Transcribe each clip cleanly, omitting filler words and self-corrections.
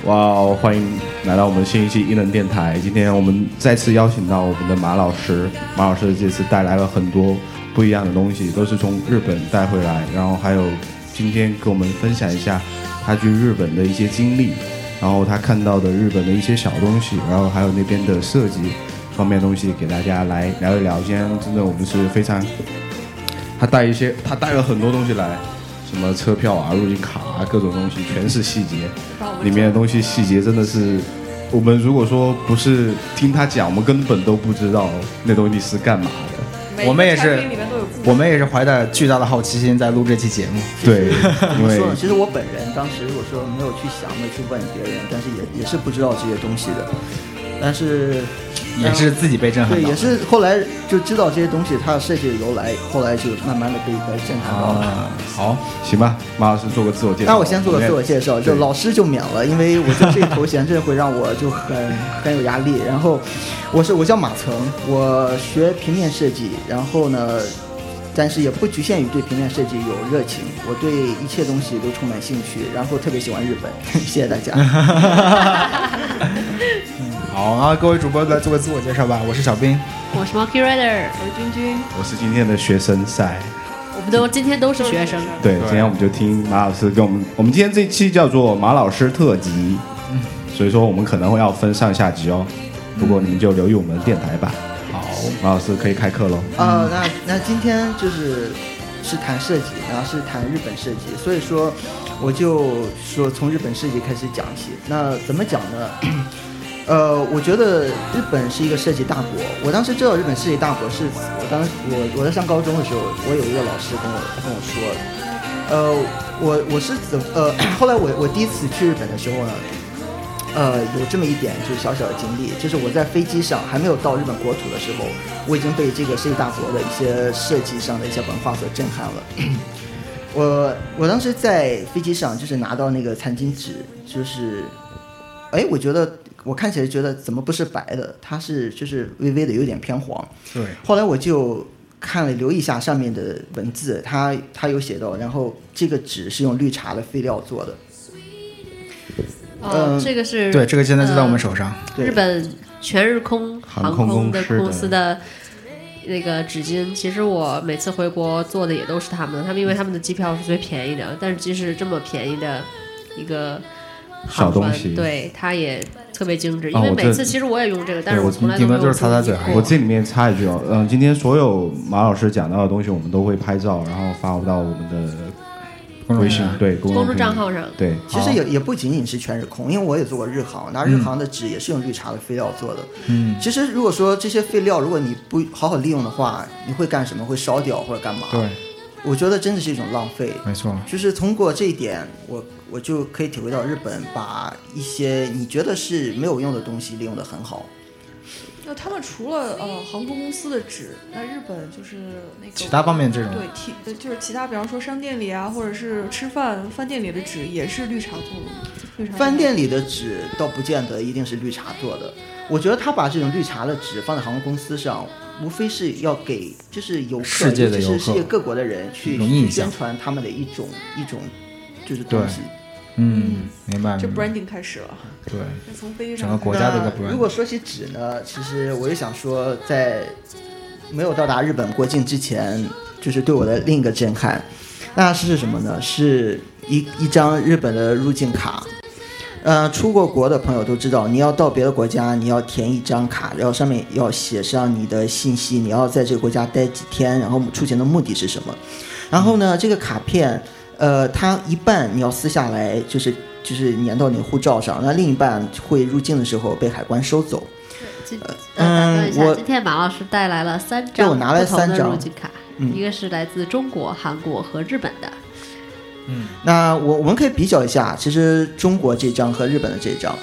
哇，欢迎来到我们新一期艺能电台。今天我们再次邀请到我们的马老师，马老师这次带来了很多不一样的东西，都是从日本带回来，然后还有今天跟我们分享一下他去日本的一些经历，然后他看到的日本的一些小东西，然后还有那边的设计方面的东西给大家来聊一聊。今天真的我们是非常，他带了很多东西来，什么车票啊、入境卡啊，各种东西全是细节，里面的东西细节真的是我们如果说不是听他讲，我们根本都不知道那东西是干嘛的。 我们也是怀着巨大的好奇心在录这期节目。 对，因为其实我本人当时我说没有去想，没有去问别人，但是也是不知道这些东西的，但是也是自己被震撼到。 对，也是后来就知道这些东西它的设计的由来，后来就慢慢的被震撼到了。 好，行吧，马老师做个自我介绍。 那我先做个自我介绍，就老师就免了，因为我觉得这个头衔真的会让我就很有压力。然后我叫马曾，我学平面设计，然后呢，但是也不局限于对平面设计有热情，我对一切东西都充满兴趣，然后特别喜欢日本。谢谢大家。 好，然后各位主播来做个自我介绍吧。我是小兵， 我是 Monkey Rider， 我是君君， 我是今天的学生赛。 我们今天都是学生。 对，今天我们就听马老师跟我们今天这一期叫做马老师特辑，所以说我们可能会要分上下集哦。不过你们就留意我们的电台吧。好，马老师可以开课喽。 那今天是谈设计，然后是谈日本设计，所以说我就说从日本设计开始讲起。那怎么讲呢？我觉得日本是一个设计大国。我当时知道日本设计大国是我在上高中的时候，我有一个老师跟我说，我是后来我第一次去日本的时候呢，有这么一点就是小小的经历，就是我在飞机上还没有到日本国土的时候，我已经被这个设计大国的一些设计上的一些文化所震撼了。我当时在飞机上就是拿到那个餐巾纸，就是我觉得我看起来觉得怎么不是白的，它是就是微微的有点偏黄。 对。后来我就留意一下上面的文字，它有写到，然后这个纸是用绿茶的废料做的。 这个是对，这个现在就在我们手上。 日本全日空航空的公司的那个纸巾，其实我每次回国做的也都是他们因为他们的机票是最便宜的，但是即使这么便宜的一个小东西， 对，它也特别精致。因为每次其实我也用这个，但是我从来都没有就是擦嘴。 我这里面插一句今天所有马老师讲到的东西，我们都会拍照，然后发到我们的微信公众账号上。 对， 其实也不仅仅是全日空，因为我也做过日航，那日航的纸也是用绿茶的废料做的。其实如果说这些废料如果你不好好利用的话，你会干什么？会烧掉或者干嘛？ 对， 我觉得真的是一种浪费。 没错， 就是通过这一点，我就可以体会到日本把一些你觉得是没有用的东西利用得很好。 那他们除了航空公司的纸，那日本就是那个其他方面这种对，就是其他比方说商店里啊，或者是吃饭饭店里的纸也是绿茶做的。 饭店里的纸倒不见得一定是绿茶做的，我觉得他把这种绿茶的纸放在航空公司上，无非是要给就是游客， 世界的游客， 世界各国的人去宣传他们的一种就是东西。 明白。 这 branding 开始了。 对， 从飞机上整个国家的一个 branding。 如果说起纸呢，其实我也想说，在没有到达日本国境之前，就是对我的另一个震撼，那是什么呢？是一张日本的入境卡。出过国的朋友都知道，你要到别的国家，你要填一张卡，然后上面要写上你的信息，你要在这个国家待几天，然后出行的目的是什么。然后呢，这个卡片它一半你要撕下来，就是粘到你的护照上，那另一半会入境的时候被海关收走。 今天马老师带来了3张， 对，我拿来3张入境卡，一个是来自中国、韩国和日本的。 那我们可以比较一下，其实中国这张和日本的这张，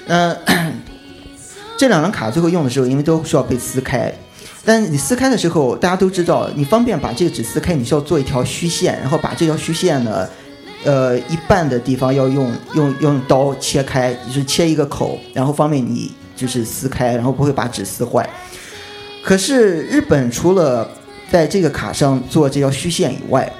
这2张卡最后用的时候，因为都需要被撕开。但你撕开的时候，大家都知道，你方便把这个纸撕开，你需要做一条虚线，然后把这条虚线呢，一半的地方要用刀切开，就是切一个口，然后方便你就是撕开，然后不会把纸撕坏。可是日本除了在这个卡上做这条虚线以外，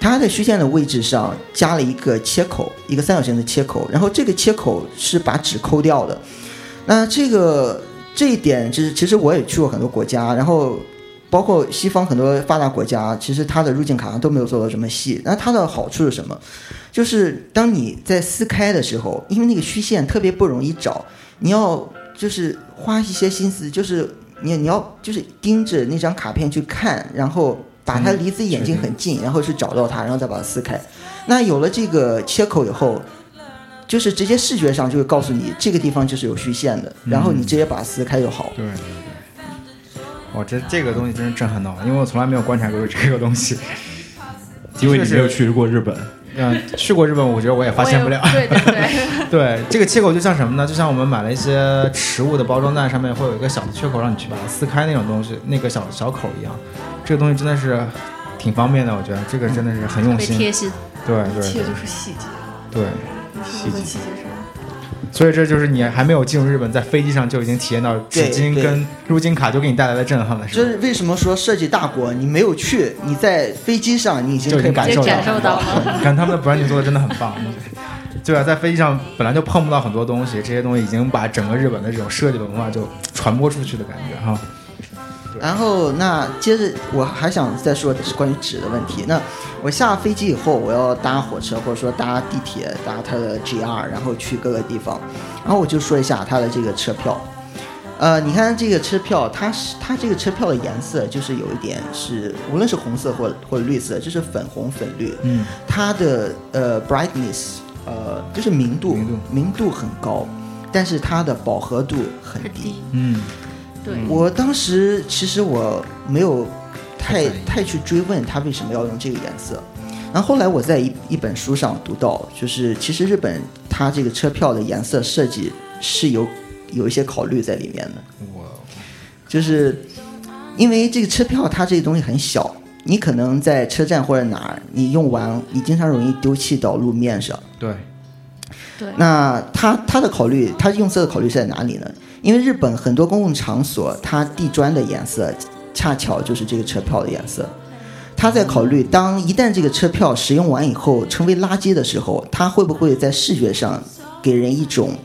它在虚线的位置上加了一个切口，一个三角形的切口，然后这个切口是把纸抠掉的。那这一点就是其实我也去过很多国家，然后包括西方很多发达国家，其实它的入境卡上都没有做到这么细。那它的好处是什么？就是当你在撕开的时候，因为那个虚线特别不容易找，你要就是花一些心思，就是你要就是盯着那张卡片去看，然后把它离自己眼睛很近，然后去找到它，然后再把它撕开。那有了这个切口以后，就是直接视觉上就会告诉你这个地方就是有虚线的，然后你直接把它撕开就好。 对。哇，这个东西真是震撼到了，因为我从来没有观察过这个东西。 因为你没有去过日本。 去过日本，我觉得我也发现不了。 对对对。 对，这个切口就像什么呢？就像我们买了一些食物的包装袋，上面会有一个小的缺口，让你去把它撕开那种东西，那个小口一样。这个东西真的是挺方便的，我觉得这个真的是很用心， 贴心。 对对， 一切就是细节。 对， 细节上。 所以这就是你还没有进入日本，在飞机上就已经体验到纸巾跟入境卡就给你带来的震撼了，是吧？ 这是为什么说设计大国，你没有去，你在飞机上你已经可以感受到了。 你看他们的 branding 做的真的很棒。对啊，在飞机上本来就碰不到很多东西，这些东西已经把整个日本的这种设计文化就传播出去的感觉哈。 然后那接着我还想再说的是关于纸的问题。那我下飞机以后，我要搭火车或者说搭地铁，搭它的 GR， 然后去各个地方。然后我就说一下它的这个车票。你看这个车票，它这个车票的颜色就是有一点是，无论是红色或者绿色，就是粉红粉绿。它的brightness 就是明度很高，但是它的饱和度很低。 对， 我当时其实我没有太去追问他为什么要用这个颜色，然后后来我在一本书上读到，就是其实日本它这个车票的颜色设计是有一些考虑在里面的。就是因为这个车票它这个东西很小，你可能在车站或者哪儿你用完，你经常容易丢弃到路面上。 对。 那它的考虑，它用色的考虑是在哪里呢？因为日本很多公共场所，它地砖的颜色恰巧就是这个车票的颜色。他在考虑，一旦这个车票使用完以后成为垃圾的时候，它会不会在视觉上给人一种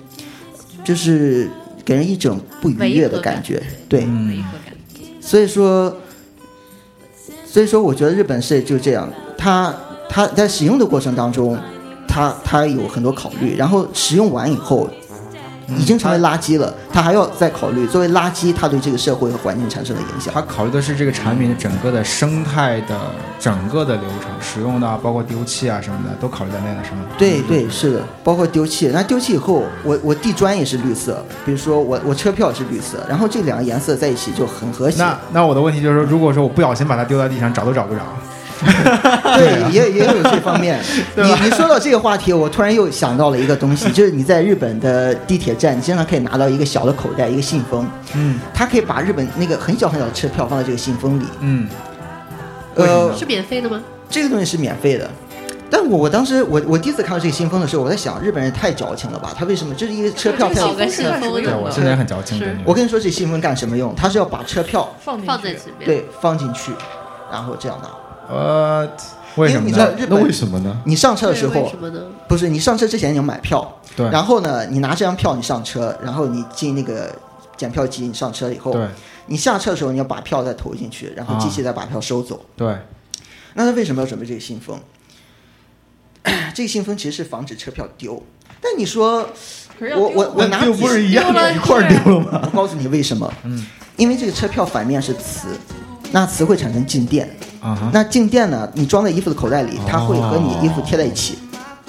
不愉悦的感觉？对，所以说我觉得日本是就这样，它在使用的过程当中，它有很多考虑，然后使用完以后已经成为垃圾了，他还要再考虑作为垃圾它对这个社会和环境产生的影响。 他考虑的是这个产品的整个的生态的整个的流程，使用的包括丢弃啊什么的都考虑在内了，是吗？ 对，是的，包括丢弃。那丢弃以后，我地砖也是绿色，比如说我车票是绿色，然后这两个颜色在一起就很和谐。 那我的问题就是说，如果说我不小心把它丢在地上，找都找不着。 对，也有这方面。你说到这个话题，我突然又想到了一个东西，就是你在日本的地铁站，你经常可以拿到一个小的口袋，一个信封。它可以把日本那个很小很小的车票放到这个信封里。 是免费的吗？ 这个东西是免费的。但我当时我第一次看到这个信封的时候，我在想，日本人太矫情了吧？他为什么就是一个车票？ 搞个信封？ 对，我现在也很矫情。 我跟你说，这信封干什么用？他是要把车票放在里面， 对，放进去，然后这样拿。 为什么呢？ 那为什么呢？ 你上车的时候， 不是你上车之前你要买票， 对， 然后呢，你拿这张票你上车，然后你进那个检票机，你上车以后， 对， 你下车的时候你要把票再投进去，然后机器再把票收走。 对， 那他为什么要准备这个信封？这个信封其实是防止车票丢，但你说我拿丢不是一样的一块丢了吗？ 我告诉你为什么，因为这个车票反面是磁。那磁会产生静电，那静电呢？你装在衣服的口袋里，它会和你衣服贴在一起。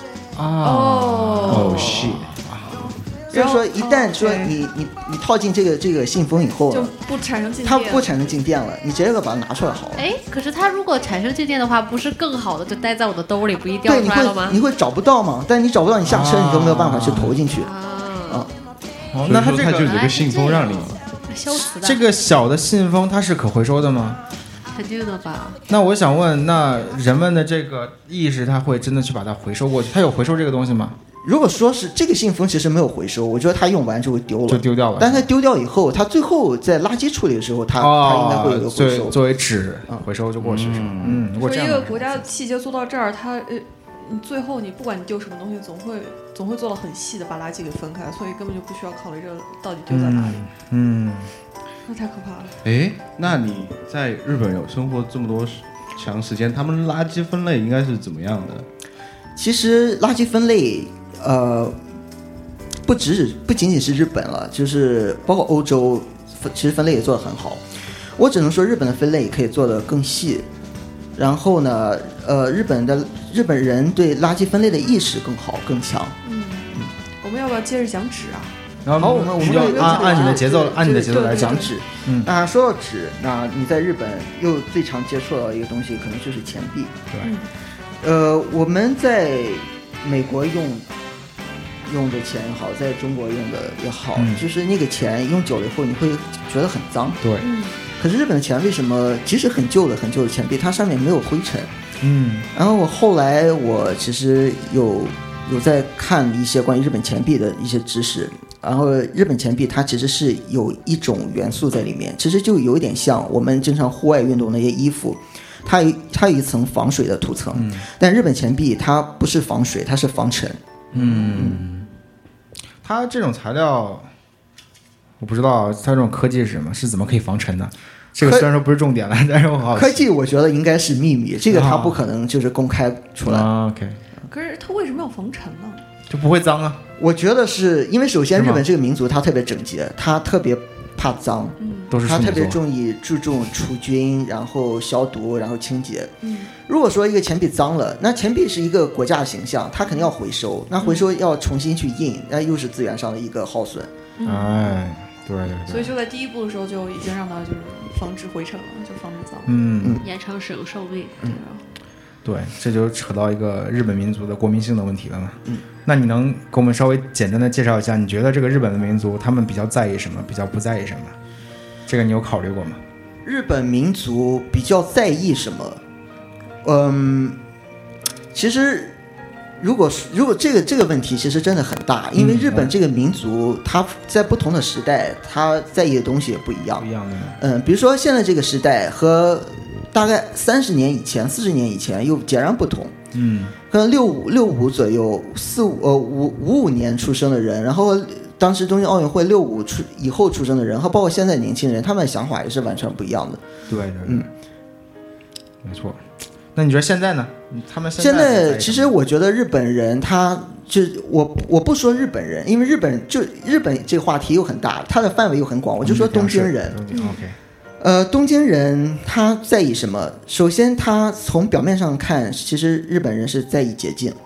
shit！ 所以说，一旦说你套进这个信封以后， 就不产生静电， 它不产生静电了，你直接把它拿出来好了。 可是它如果产生静电的话，不是更好的就待在我的兜里，不一掉出来了吗？ 对，你会找不到吗？但你找不到，你下车你都没有办法去投进去。 那它就有个信封让你。 这个小的信封它是可回收的吗？ 肯定的吧。 那我想问，那人们的这个意识，他会真的去把它回收过去？它有回收这个东西吗？ 如果说是这个信封其实没有回收，我觉得它用完就会丢了， 就丢掉了。 但是它丢掉以后，它最后在垃圾处理的时候，它应该会有一个回收， 作为纸回收就过去。如果这样， 说一个国家的细节做到这儿，它最后你不管你丢什么东西，总会做到很细的把垃圾给分开，所以根本就不需要考虑这个到底丢在哪里。那太可怕了。 哎，那你在日本有生活这么多长时间，他们垃圾分类应该是怎么样的？ 其实垃圾分类，不仅仅是日本了，就是包括欧洲，其实分类也做得很好。我只能说日本的分类可以做得更细。然后呢，日本人对垃圾分类的意识更强。 我们要不要接着讲纸啊？ 然后我们就按你的节奏来讲纸。那说到纸，那你在日本又最常接触到一个东西，可能就是钱币。 对。 我们在美国用的钱也好，在中国用的也好，就是那个钱用久了以后，你会觉得很脏。 对。 可是日本的钱为什么即使很旧的钱币，它上面没有灰尘？然后后来我其实有在看一些关于日本钱币的一些知识，然后日本钱币它其实是有一种元素在里面，其实就有一点像我们经常户外运动那些衣服，它有一层防水的涂层，但日本钱币它不是防水，它是防尘。 它这种材料我不知道它这种科技是什么，是怎么可以防尘的？这个虽然说不是重点了，但是我好奇。 科技我觉得应该是秘密，这个它不可能就是公开出来。 OK。 可是它为什么要防尘呢？ 就不会脏啊？ 我觉得是因为首先日本这个民族它特别整洁，它特别怕脏，它特别注重除菌，然后消毒，然后清洁。如果说一个钱币脏了，那钱币是一个国家的形象，它肯定要回收，那回收要重新去印，那又是资源上的一个耗损。 对。 所以就在第一步的时候就已经让它就是防止灰尘了，就防止脏。 延长使用寿命。 对，这就扯到一个日本民族的国民性的问题了嘛。那你能给我们稍微简单的介绍一下，你觉得这个日本的民族他们比较在意什么，比较不在意什么？这个你有考虑过吗？ 日本民族比较在意什么？其实如果这个问题其实真的很大，因为日本这个民族它在不同的时代，它在意的东西也不一样。比如说现在这个时代和大概30年以前、40年以前又截然不同。可能65左右55年出生的人，然后当时东京奥运会65以后出生的人，和包括现在年轻人，他们的想法也是完全不一样的。 对，没错。那你觉得现在呢？他们现在其实我觉得日本人他就我不说日本人，因为日本这个话题又很大，它的范围又很广，我就说东京人。东京人他在意什么？首先他从表面上看，其实日本人是在意洁净。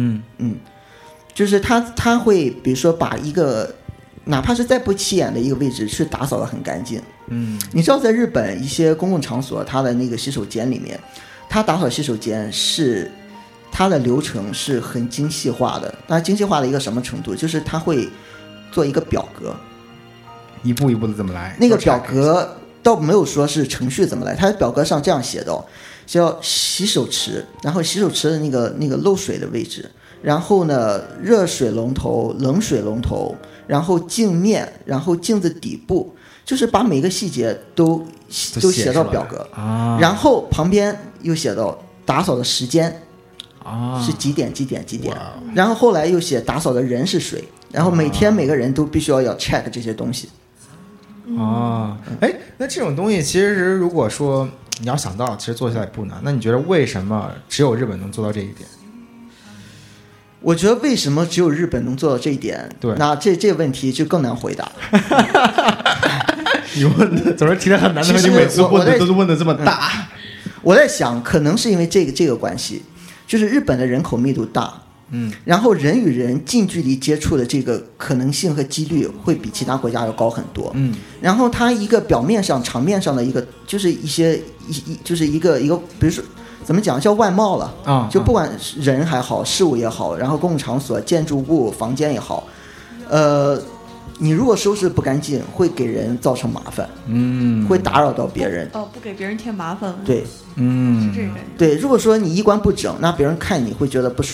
就是他会比如说把一个哪怕是再不起眼的一个位置去打扫得很干净。你知道在日本一些公共场所，它的那个洗手间里面，他打扫洗手间是它的流程是很精细化的。那精细化的一个什么程度？就是他会做一个表格， 一步一步的怎么来。 那个表格倒没有说是程序怎么来，它的表格上这样写的，叫洗手池，然后洗手池的那个漏水的位置，然后呢热水龙头、冷水龙头，然后镜面，然后镜子底部，就是把每个细节都写到表格然后旁边又写到打扫的时间是几点，然后后来又写打扫的人是谁，然后每天每个人都必须要 check 这些东西。 那这种东西其实如果说你要想到，其实做起来也不难。那你觉得为什么只有日本能做到这一点？ 我觉得为什么只有日本能做到这一点？ 对， 那这个问题就更难回答。 你问的总是提的很难的问题，每次问的都是问的这么大。 我在想，可能是因为这个关系，就是日本的人口密度大。然后人与人近距离接触的这个可能性和几率会比其他国家要高很多。然后它一个表面上场面上的一个就是就是一个比如说怎么讲叫外貌了就不管人还好事物也好，然后公共场所建筑物房间也好，你如果收拾不干净会给人造成麻烦，会打扰到别人， 不给别人添麻烦， 对， 是这个。 对，如果说你衣冠不整，那别人看你会觉得不爽，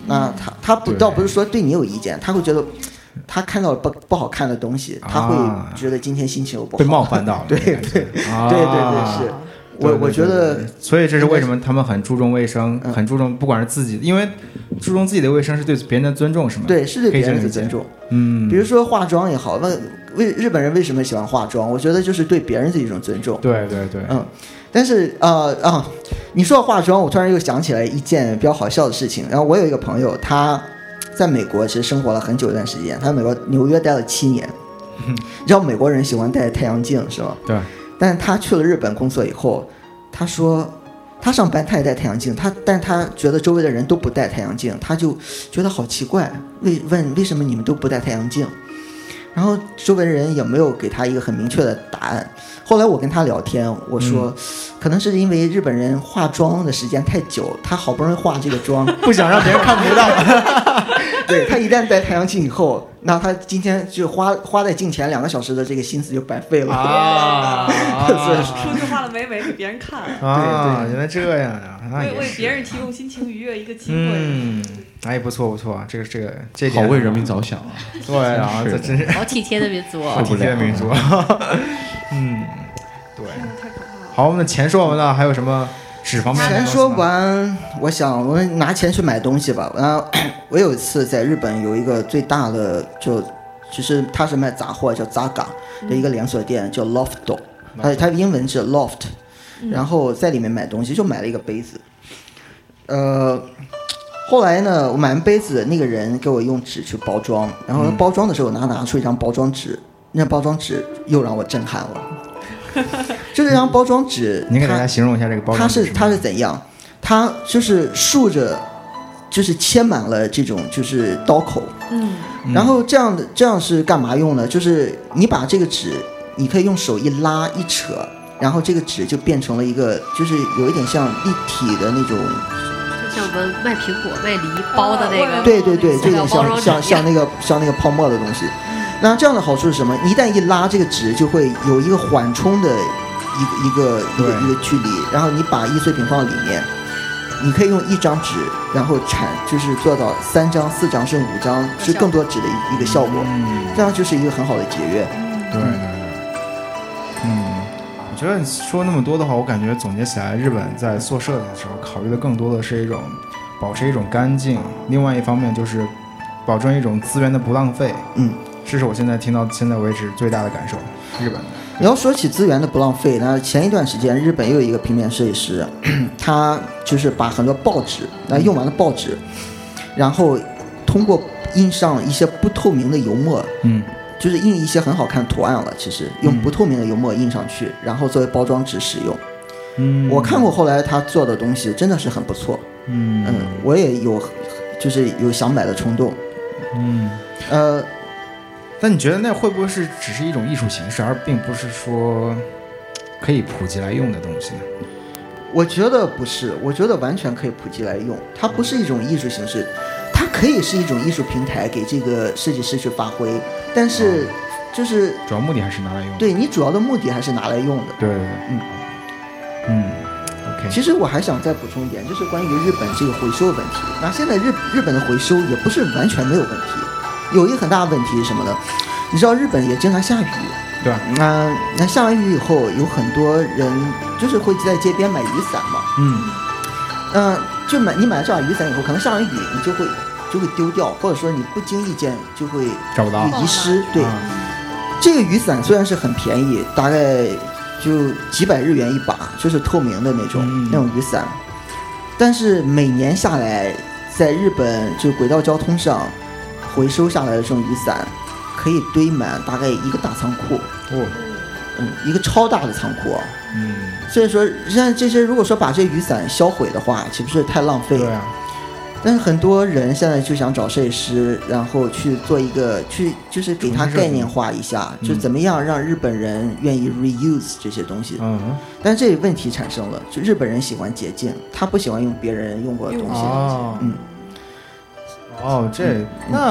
那他倒不是说对你有意见，他会觉得他看到不好看的东西，他会觉得今天心情又不好， 被冒犯到了。 对对对对，是。我觉得， 所以这是为什么他们很注重卫生，很注重不管是自己，因为注重自己的卫生是对别人的尊重，是吗？ 对，是对别人的尊重。比如说化妆也好，日本人为什么喜欢化妆？我觉得就是对别人的一种尊重。 对对对， 但是你说到化妆，我突然又想起来一件比较好笑的事情。然后我有一个朋友，他在美国其实生活了很久一段时间，他在美国纽约待了7年。你知道美国人喜欢戴太阳镜是吗？ 对。 但是他去了日本工作以后，他说他上班他也戴太阳镜，但是他觉得周围的人都不戴太阳镜，他就觉得好奇怪，问为什么你们都不戴太阳镜？然后周围的人也没有给他一个很明确的答案。后来我跟他聊天，我说可能是因为日本人化妆的时间太久，他好不容易化这个妆， 不想让别人看不到。 对，他一旦戴太阳镜以后，那他今天就花在镜前2个小时的这个心思就白费了啊！出去化了美给别人看啊！原来这样呀！ 为别人提供心情愉悦一个机会。 哎，不错不错，这好为人民着想啊！ 对啊，这真是好体贴的民族， 好体贴的民族。对， 太可怕了。 好，我们的钱说完了，还有什么纸方面的？ 钱说完，我想我们拿钱去买东西吧。我有一次在日本有一个最大的，就是他是卖杂货，叫 Zaga 的一个连锁店，叫 Loft， 它英文是 Loft， 然后在里面买东西，就买了一个杯子。后来呢，我买完杯子，那个人给我用纸去包装，然后包装的时候拿出一张包装纸，那包装纸又让我震撼了。就这张包装纸， 你给大家形容一下这个包装纸。 它是怎样？它就是竖着，就是切满了这种就是刀口。然后这样是干嘛用呢？就是你把这个纸，你可以用手一拉一扯，然后这个纸就变成了一个，就是有一点像立体的那种。 像我们卖苹果、卖梨包的那个， 对，这种像那个泡沫的东西。那这样的好处是什么？一旦一拉这个纸，就会有一个缓冲的一个距离，然后你把易碎品放到里面，你可以用1张纸，然后就是做到3张、4张甚至5张，是更多纸的一个效果。这样就是一个很好的节约。 对。我觉得你说那么多的话，我感觉总结起来，日本在做设计的时候考虑的更多的是一种保持一种干净，另外一方面就是保证一种资源的不浪费。这是我现在听到现在为止最大的感受。日本的， 你要说起资源的不浪费，那前一段时间日本又有一个平面设计师，他就是把很多报纸，用完了报纸，然后通过印上一些不透明的油墨，就是印一些很好看的图案了，其实用不透明的油墨印上去，然后作为包装纸使用。我看过后来他做的东西真的是很不错。我也就是有想买的冲动。 但你觉得那会不会是只是一种艺术形式，而并不是说可以普及来用的东西呢？ 我觉得不是，我觉得完全可以普及来用。它不是一种艺术形式，它可以是一种艺术平台，给这个设计师去发挥。但是就是主要目的还是拿来用的。 对，你主要的目的还是拿来用的。 对。OK。 其实我还想再补充一点，就是关于日本这个回收问题。那现在日本的回收也不是完全没有问题。有一个很大的问题是什么呢？你知道日本也经常下雨， 对。 那下完雨以后，有很多人就是会在街边买雨伞嘛。就你买了这把雨伞以后，可能下完雨你就会丢掉，或者说你不经意间就会找不到遗失。对，这个雨伞虽然是很便宜，大概就几百日元一把，就是透明的那种雨伞，但是每年下来，在日本就轨道交通上回收下来的这种雨伞可以堆满大概一个大仓库。一个超大的仓库。所以说像这些如果说把这雨伞销毁的话，岂不是太浪费了？ 对啊。 但是很多人现在就想找设计师，然后去做一个就是给他概念化一下，就怎么样让日本人愿意 reuse 这些东西。但这问题产生了，就日本人喜欢捷径，他不喜欢用别人用过的东西。 那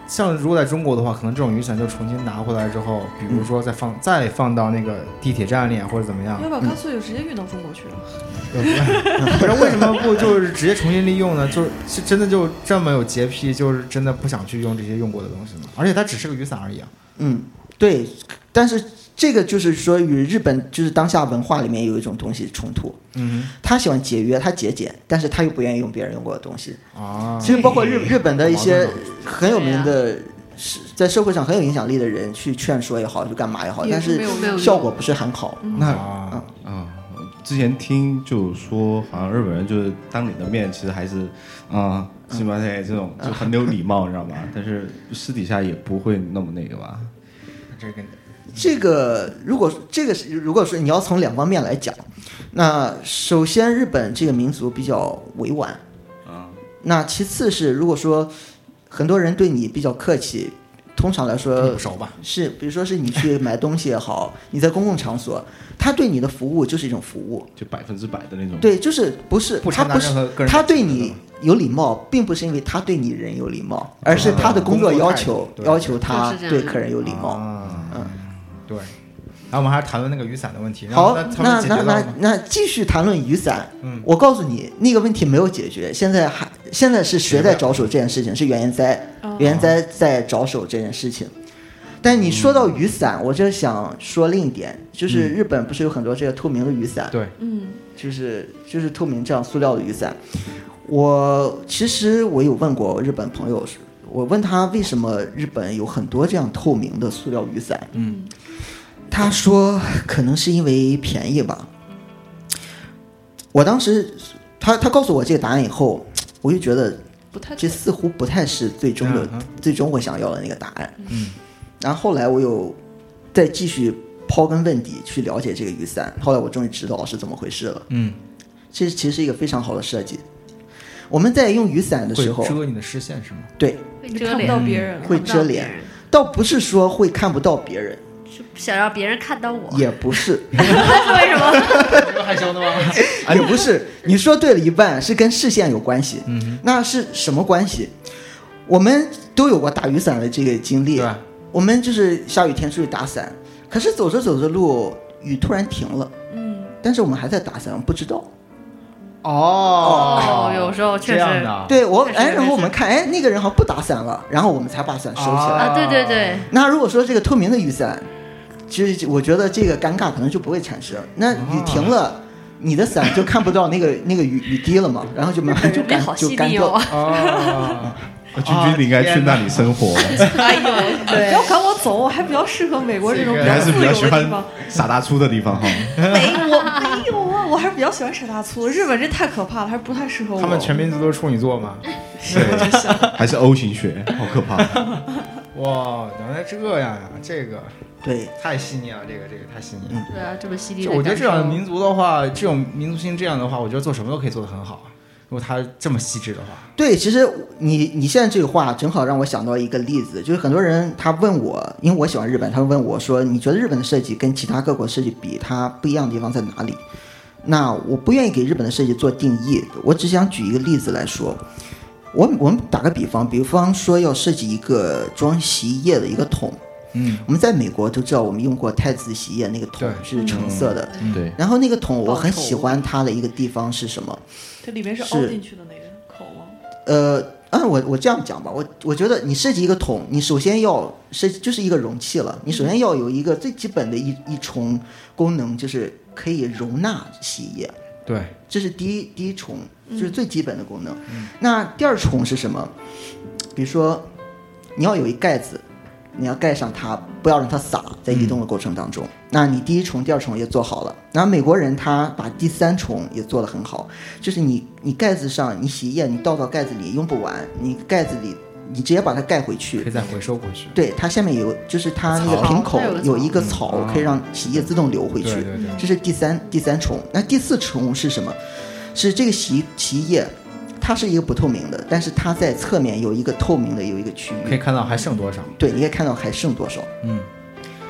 像如果在中国的话，可能这种雨伞就重新拿回来之后，比如说再放到那个地铁站里或者怎么样， 要不要干脆就直接运到中国去了？ 不是为什么不就是直接重新利用呢？就是真的就这么有洁癖，就是真的不想去用这些用过的东西吗？而且它只是个雨伞而已啊。 对，但是这个就是说与日本就是当下文化里面有一种东西冲突。他喜欢节约，他节俭，但是他又不愿意用别人用过的东西啊。其实包括日本的一些很有名的，在社会上很有影响力的人去劝说也好，去干嘛也好，但是效果不是很好。 之前听就说，好像日本人就是当你的面，其实还是是吧？这种就很有礼貌，你知道吗？但是私底下也不会那么那个吧？ 这个如果说你要从两方面来讲，那首先日本这个民族比较委婉那其次是如果说很多人对你比较客气，通常来说不熟吧？ 是，比如说是你去买东西也好，你在公共场所，他对你的服务就是一种服务， 就100%的那种。 对，就是他对你有礼貌，并不是因为他对你人有礼貌，而是他的工作要求他对客人有礼貌。 对。然后我们还是谈论那个雨伞的问题。 好，那继续谈论雨伞。我告诉你，那个问题没有解决，现在是谁在着手这件事情？是原研在着手这件事情。但你说到雨伞，我就想说另一点，就是日本不是有很多这个透明的雨伞？ 对， 就是透明这样塑料的雨伞。其实我有问过日本朋友，我问他为什么日本有很多这样透明的塑料雨伞？他说可能是因为便宜吧。我当时他告诉我这个答案以后，我就觉得这似乎不太是最终我想要的那个答案。然后后来我有再继续刨根问底去了解这个雨伞，后来我终于知道是怎么回事了。这其实是一个非常好的设计。我们在用雨伞的时候， 会遮你的视线是吗？ 对， 看不到别人， 会遮脸，倒不是说会看不到别人， 想让别人看到我， 也不是。 那是为什么？ 这么害羞的吗？ 也不是，你说对了一半，是跟视线有关系。那是什么关系？我们都有过打雨伞的这个经历。我们就是下雨天出去打伞，可是走着走着路，雨突然停了。但是我们还在打伞，不知道。 有时候确实对然后我们看，那个人好像不打伞了，然后我们才把伞收起来。 对。 那如果说这个透明的雨伞，其实我觉得这个尴尬可能就不会产生。那雨停了，你的伞就看不到那个雨滴了嘛，然后就慢慢就干掉。 君你应该去那里生活。 哎呦，不要赶我走，我还比较适合美国这种比较自由的地方， 傻大粗的地方哈。 没有啊，我还是比较喜欢傻大粗。日本这太可怕了，还是不太适合我。 他们全民族都是处女座嘛？ 还是 O 型血，好可怕。 哇，原来这样呀，这个对太细腻了，这个太细腻了。 对啊，这么细腻。 我觉得这种民族的话，这种民族性这样的话，我觉得做什么都可以做得很好。如果他这么细致的话， 对，其实你现在这个话正好让我想到一个例子，就是很多人他问我，因为我喜欢日本，他问我说，你觉得日本的设计跟其他各国设计比，它不一样的地方在哪里？那我不愿意给日本的设计做定义，我只想举一个例子来说。我们打个比方说要设计一个装洗衣液的一个桶。我们在美国都知道，我们用过太子洗衣液那个桶是橙色的。 对。 然后那个桶我很喜欢它的一个地方是什么？ 这里面是凹进去的那个口吗？ 我这样讲吧，我觉得你设计一个桶，你首先要设计就是一个容器了，你首先要有一个最基本的一重功能，就是可以容纳洗衣液。 对， 这是第一重，就是最基本的功能。那第二重是什么？比如说你要有一盖子。你要盖上它，不要让它洒在移动的过程当中。那你第一重、第二重也做好了。然后美国人他把第三重也做得很好，就是你盖子上，你洗衣液你倒到盖子里用不完，你盖子里你直接把它盖回去， 可以再回收回去。 对，它下面有，就是它那个瓶口有一个槽，可以让洗衣液自动流回去。 对， 这是第三重。那第四重是什么？是这个洗衣液。它是一个不透明的，但是它在侧面有一个透明的，有一个区域， 可以看到还剩多少。 对，你可以看到还剩多少。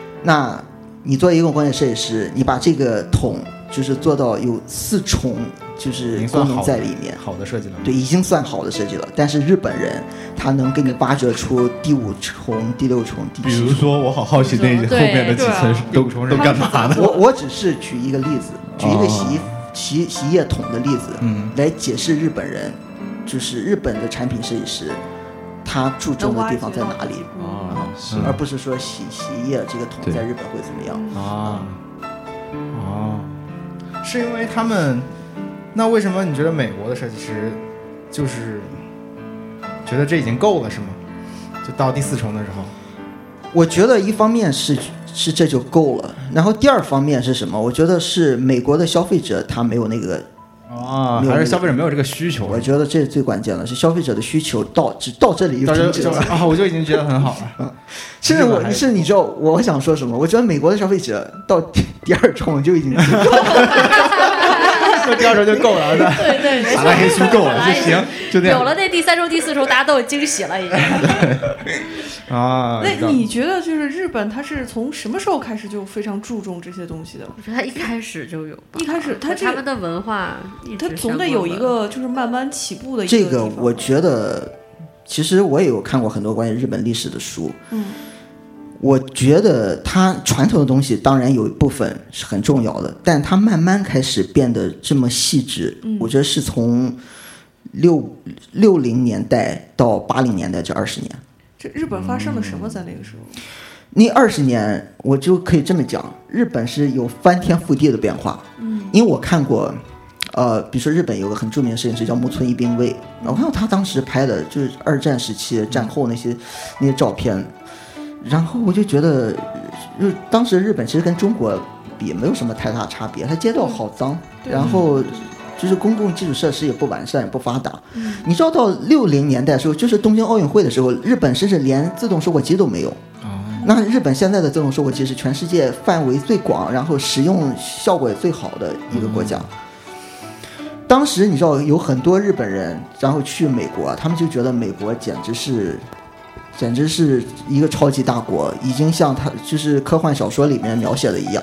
那你作为一个工业设计师，你把这个桶就是做到有4重就是功能在里面， 好的设计了。 对，已经算好的设计了。但是日本人他能给你挖掘出第5重、第6重、第7重。 比如说，我好好奇那后面的几层都干嘛的？ 我只是举一个例子，举一个洗衣液桶的例子，来解释日本人，就是日本的产品设计师，他注重的地方在哪里而不是说洗衣液这个桶在日本会怎么样是因为他们。那为什么你觉得美国的设计师就是觉得这已经够了是吗？就到第4重的时候， 我觉得一方面是这就够了，然后第二方面是什么？我觉得是美国的消费者他没有那个还是消费者没有这个需求？ 我觉得这是最关键的，是消费者的需求到这里就停止了我就已经觉得很好了。 甚至你知道我想说什么？我觉得美国的消费者到第2重就已经够了。 第2重就够了， 对， 撒拉黑苏够了就行，就这样。 有了那第3重、第4重，大家都有惊喜了已经。 那你觉得就是日本，它是从什么时候开始就非常注重这些东西的？ 我觉得它一开始就有， 一开始他们的文化一直， 它总得有一个就是慢慢起步的一个这个，我觉得其实我也有看过很多关于日本历史的书。我觉得它传统的东西当然有一部分是很重要的，但它慢慢开始变得这么细致，我觉得是从60年代到80年代这20年。 这日本发生了什么在那个时候？ 那20年我就可以这么讲，日本是有翻天覆地的变化。因为我看过比如说日本有个很著名的摄影师叫木村一兵卫，我看到他当时拍的就是2战时期战后那些照片，然后我就觉得当时日本其实跟中国比没有什么太大差别，它街道好脏，然后就是公共基础设施也不完善也不发达。你知道到60年代的时候，就是东京奥运会的时候，日本甚至连自动售货机都没有。那日本现在的自动售货机是全世界范围最广，然后使用效果也最好的一个国家。当时你知道有很多日本人然后去美国，他们就觉得美国简直是一个超级大国，已经像他就是科幻小说里面描写的一样。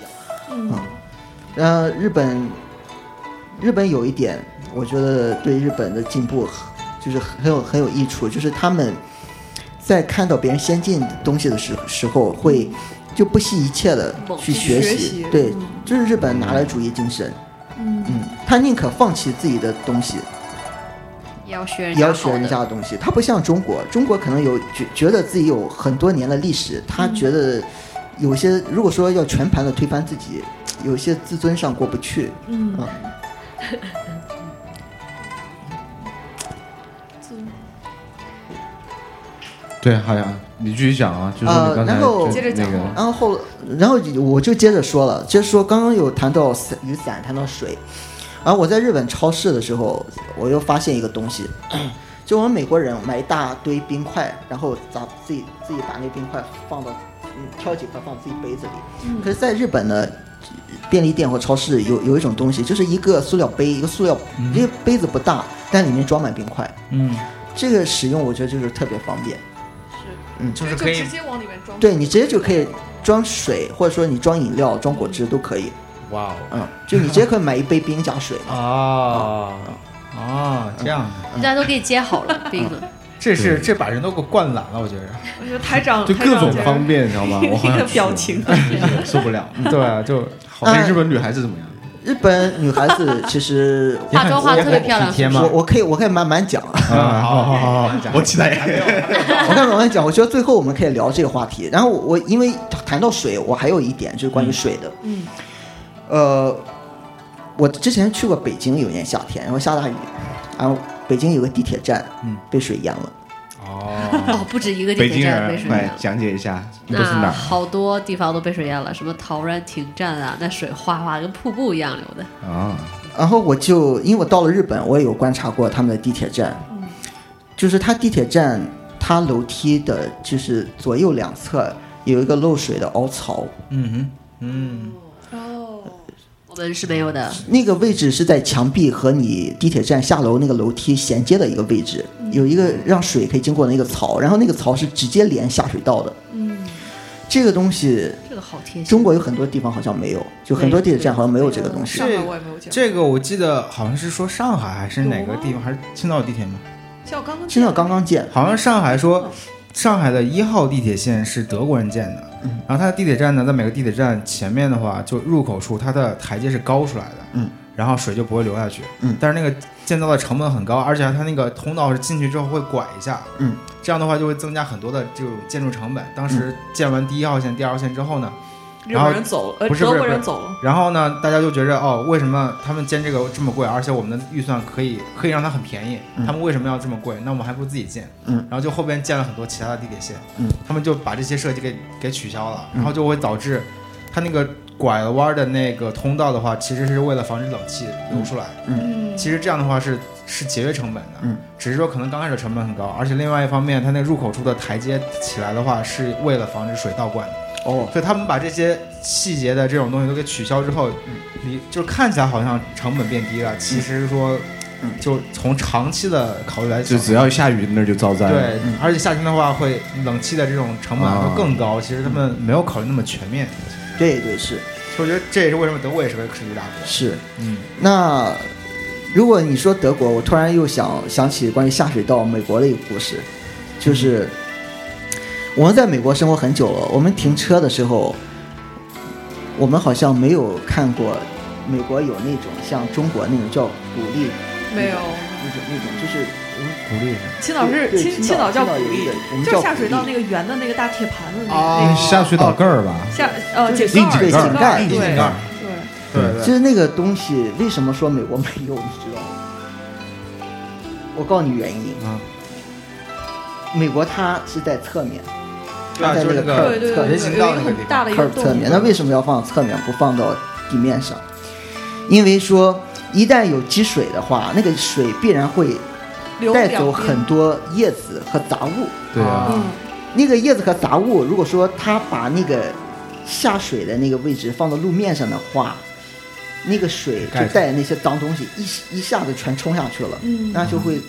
日本有一点我觉得对日本的进步就是很有益处，就是他们在看到别人先进的东西的时候会就不惜一切的去学习。对，就是日本拿来主义精神。他宁可放弃自己的东西也要学人家的东西。他不像中国可能有觉得自己有很多年的历史，他觉得有些如果说要全盘的推翻自己，有些自尊上过不去。 对，好呀，你继续讲啊，就是你刚才接着讲， 然后我就接着说，刚刚有谈到雨伞，谈到水，然后我在日本超市的时候，我又发现一个东西，就我们美国人买一大堆冰块，然后自己把那冰块放到挑几块放自己杯子里。可是在日本呢，便利店或超市有一种东西，就是一个塑料杯，一个杯子不大，但里面装满冰块。这个使用我觉得就是特别方便。 就是可以直接往里面装。 对，你直接就可以装水，或者说你装饮料、装果汁都可以。 哇就你直接可以买一杯冰加水。 这样大家都给你接好了冰了。 这把人都给我灌懒了，我觉得台长就各种方便，你知道吗？我好想表情受不了。 对啊，就日本女孩子怎么样？ 日本女孩子其实化妆化特别漂亮， 我可以慢慢讲。 好，我期待。 我可以慢慢讲。我觉得最后我们可以聊这个话题。然后我因为谈到水，我还有一点就是关于水的。我之前去过北京，有一年夏天，然后下大雨，然后北京有个地铁站被水淹了。 不止一个地铁站被水淹了。 讲解一下，都是哪儿？ 好多地方都被水淹了，什么陶然亭站啊，那水哗哗跟瀑布一样流的。 然后因为我到了日本，我也有观察过他们的地铁站，就是它地铁站它楼梯的就是左右两侧有一个漏水的凹槽。 我们是没有的。 那个位置是在墙壁和你地铁站下楼那个楼梯衔接的一个位置，有一个让水可以经过的那个槽，然后那个槽是直接连下水道的。 这个东西这个好贴心。 中国有很多地方好像没有，就很多地铁站好像没有这个东西。 上海我也没有见过。 这个我记得好像是说上海还是哪个地方，还是青岛有地铁吗？ 青岛刚刚建， 好像上海说上海的1号地铁线是德国人建的，然后它的地铁站呢，在每个地铁站前面的话，就入口处它的台阶是高出来的，然后水就不会流下去，但是那个建造的成本很高，而且它那个通道是进去之后会拐一下，这样的话就会增加很多的这种建筑成本。当时建完第1号线、第2号线之后呢， 日本人走了，德国人走了。然后呢，大家就觉着为什么他们建这个这么贵，而且我们的预算可以让它很便宜，他们为什么要这么贵？那我们还不如自己建。然后就后边建了很多其他的地铁线，他们就把这些设计给取消了，然后就会导致它那个拐了弯的那个通道的话，其实是为了防止冷气流出来。其实这样的话是节约成本的，只是说可能刚开始成本很高，而且另外一方面，它那个入口处的台阶起来的话，是为了防止水倒灌。所以他们把这些细节的这种东西都给取消之后，就看起来好像成本变低了，其实说，就从长期的考虑来讲， 就只要一下雨那就遭灾了。 对，而且夏天的话会冷气的这种成本会更高，其实他们没有考虑那么全面。 对，是。 我觉得这也是为什么德国也是个世界大国。 是，那如果你说德国，我突然又想起关于下水道美国的一个故事，就是我们在美国生活很久了，我们停车的时候，我们好像没有看过美国有那种像中国那种叫鼓励， 没有那种就是鼓励。 青岛叫鼓励，就是下水道那个圆的那个大铁盘子那个下水道盖儿吧， 井盖， 对， 就是那个东西，为什么说美国没有？你知道吗？我告诉你原因啊。美国它是在侧面，它在那个人行道那个地方侧面，那为什么要放侧面不放到地面上？因为说一旦有积水的话，那个水必然会带走很多叶子和杂物。 对啊， 那个叶子和杂物，如果说它把那个下水的那个位置放到路面上的话，那个水就带着那些脏东西一下子全冲下去了，那就会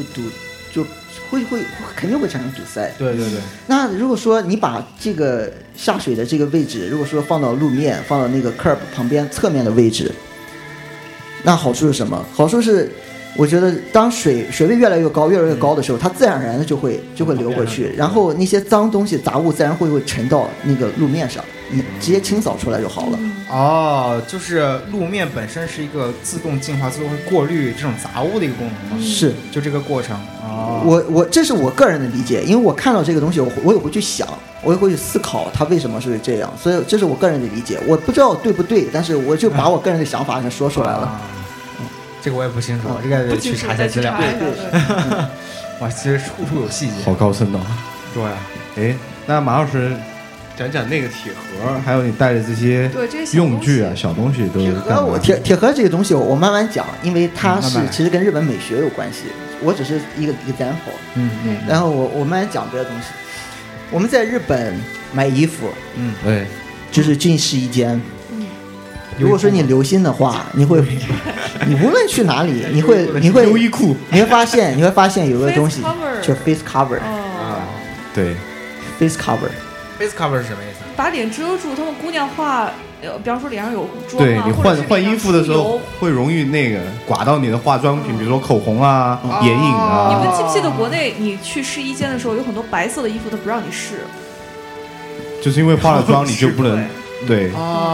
会肯定会产生堵塞。 对。 那如果说你把这个下水的这个位置，如果说放到路面，放到那个 curb 旁边侧面的位置，那好处是什么？好处是，我觉得当水位越来越高的时候，它自然而然的就会流过去，然后那些脏东西杂物自然会沉到那个路面上，你直接清扫出来就好了。 就是路面本身是一个自动净化、自动会过滤这种杂物的一个功能吗？ 是， 就这个过程。 我这是我个人的理解，因为我看到这个东西，我也会去想，我也会去思考它为什么是这样，所以这是我个人的理解，我不知道对不对，但是我就把我个人的想法说出来了。 这个我也不清楚，这个得去查一下资料。 对。 哇，其实处处有细节， 好高深哦。 对， 那马老师讲讲那个铁盒，还有你带的这些用具啊、小东西都是干嘛？ 铁盒这个东西我慢慢讲，因为它是其实跟日本美学有关系，我只是一个 example。然后我慢慢讲别的东西。我们在日本买衣服， 对， 就是进试衣间。如果说你留心的话，你无论去哪里，你会优衣库， 你会发现有个东西叫 face cover。 对 ，face cover。 face cover 是什么意思？ 把脸遮住，他们姑娘化，比方说脸上有妆对你换衣服的时候会容易那个刮到你的化妆品，比如说口红啊、眼影啊。 你们记不记得国内你去试衣间的时候，有很多白色的衣服他不让你试， 就是因为化了妆你就不能。对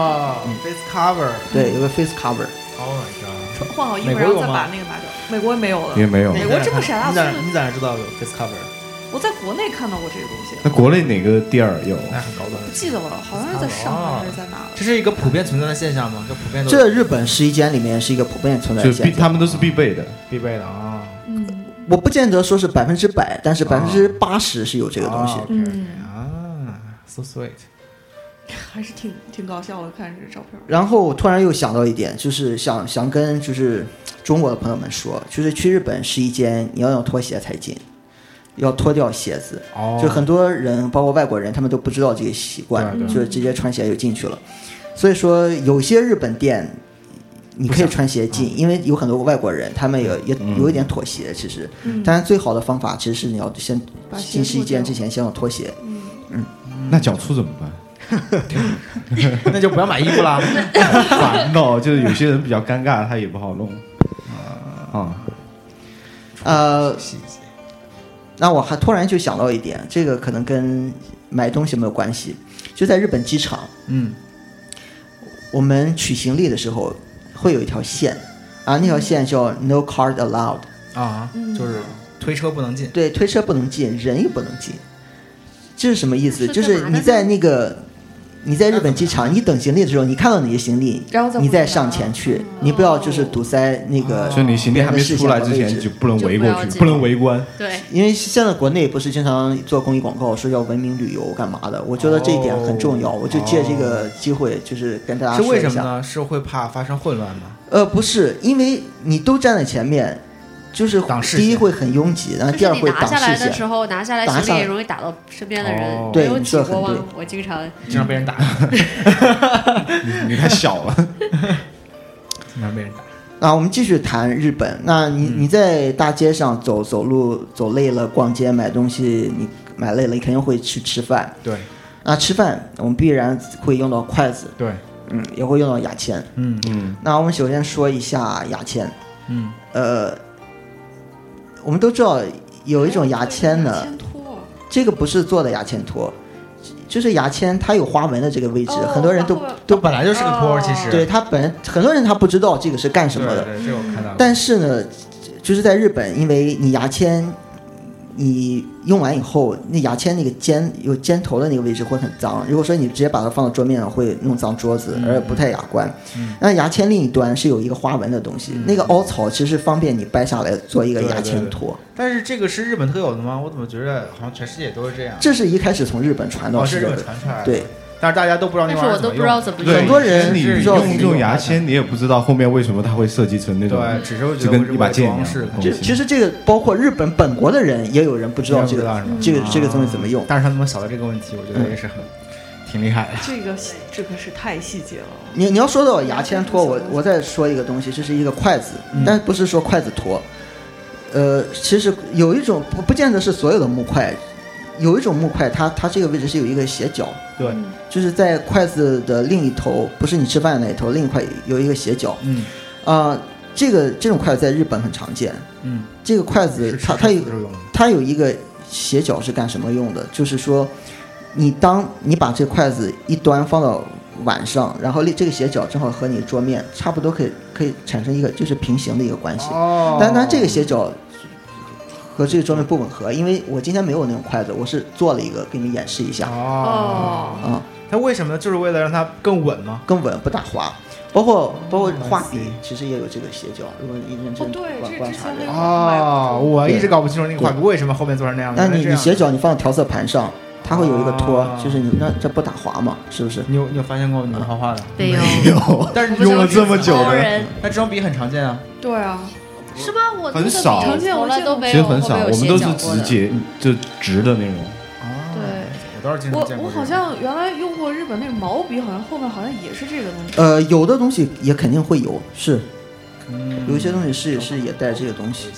face cover， 对，有个 face cover。 Oh my god！ 换好衣服然后再把那个拿掉。美国没有了， 也没有。 美国这么傻大岁，你咋知道有 face cover？ 我在国内看到过这个东西。 那国内哪个店有？ 那很高端。 不记得了，好像是在上海还是在哪？ 这是一个普遍存在的现象吗？就普遍这日本试衣间里面是一个普遍存在的现象， 他们都是必备的啊。 我不见得说是100%，但是80%是有这个东西。 So sweet。 还是挺搞笑的，看这照片。 然后我突然又想到一点，就是想跟就是中国的朋友们说，就是去日本试衣间你要用拖鞋才进，要脱掉鞋子。就很多人包括外国人他们都不知道这个习惯，就直接穿鞋就进去了。所以说有些日本店你可以穿鞋进，因为有很多外国人他们也有一点妥协其实，但是最好的方法其实是你要先进试衣间之前先要脱鞋。 那脚粗怎么办？ 那就不要买衣服了。 烦哦，就是有些人比较尴尬，他也不好弄那我还突然就想到一点，这个可能跟买东西没有关系，就在日本机场，我们取行李的时候会有一条线那条线叫 No Card Allowed 就是推车不能进。 对，推车不能进，人也不能进。这是什么意思？就是你在日本机场，你等行李的时候，你看到哪些行李，你再上前去，你不要就是堵塞那个。 所以你行李还没出来之前就不能围过去，不能围观。 对， 因为现在国内不是经常做公益广告说要文明旅游干嘛的，我觉得这一点很重要。我就借这个机会，就是跟大家说一下。 是为什么呢？是会怕发生混乱吗？ 不是，因为你都站在前面。就是第一会很拥挤，然后第二会挡视线。 拿下来的时候，拿下来行李也容易打到身边的人。 对， 有挤过吗？我经常被人打。 你太小了， 经常被人打。 我们继续谈日本。那你在大街上走路走累了，逛街买东西，你买累了，你肯定会去吃饭。 对。 那吃饭我们必然会用到筷子。 对。 也会用到牙签。那我们首先说一下牙签。我们都知道有一种牙签呢，这个不是做的牙签托，就是牙签它有花纹的这个位置，很多人都本来就是个托，其实对它很多人他不知道这个是干什么的。 对，这个我看到了。 但是呢，就是在日本，因为你牙签你用完以后，那牙签那个有尖头的那个位置会很脏，如果说你直接把它放到桌面上，会弄脏桌子，而不太雅观。那牙签另一端是有一个花纹的东西，那个凹槽其实方便你掰下来做一个牙签托。 但是这个是日本特有的吗？我怎么觉得好像全世界都是这样？ 这是一开始从日本传到世界的， 传出来的。 对。 但是大家都不知道那玩意儿怎么用， 很多人你用牙签，你也不知道后面为什么它会设计成那种， 对，只是就跟一把剑一样。 其实这个包括日本本国的人也有人不知道这个东西怎么用， 但是他们想到这个问题，我觉得也是挺厉害的。 这个是太细节了。 你要说到牙签托，我再说一个东西，这是一个筷子，但不是说筷子托。其实有一种不见得是所有的木筷。有一种木筷，它这个位置是有一个斜角， 对， 就是在筷子的另一头，不是你吃饭的那一头，另一块有一个斜角。这种筷子在日本很常见。这个筷子它有一个斜角是干什么用的？就是说，当你把这个筷子一端放到碗上，然后这个斜角正好和你的桌面差不多，可以产生一个就是平行的一个关系。但这个斜角和这个桌面不吻合，因为我今天没有那种筷子，我是做了一个给你们演示一下。 它为什么呢？就是为了让它更稳吗？ 更稳，不打滑。包括画笔，其实也有这个斜角。如果你认真观察我一直搞不清楚那个画笔为什么后面做成那样的。 那你斜角你放在调色盘上，它会有一个托，就是你这不打滑嘛？是不是？ 你有发现过你们画画的？ 没有。 但是用了这么久的， 那这种笔很常见啊。 对啊。 是吗？我很少， 常见我都没有， 其实很少，我们都是直的那种。 对， 我倒是经常见过。 我好像原来用过日本那个毛笔，好像后面好像也是这个东西。有的东西也肯定会有，是，有一些东西是也带这个东西。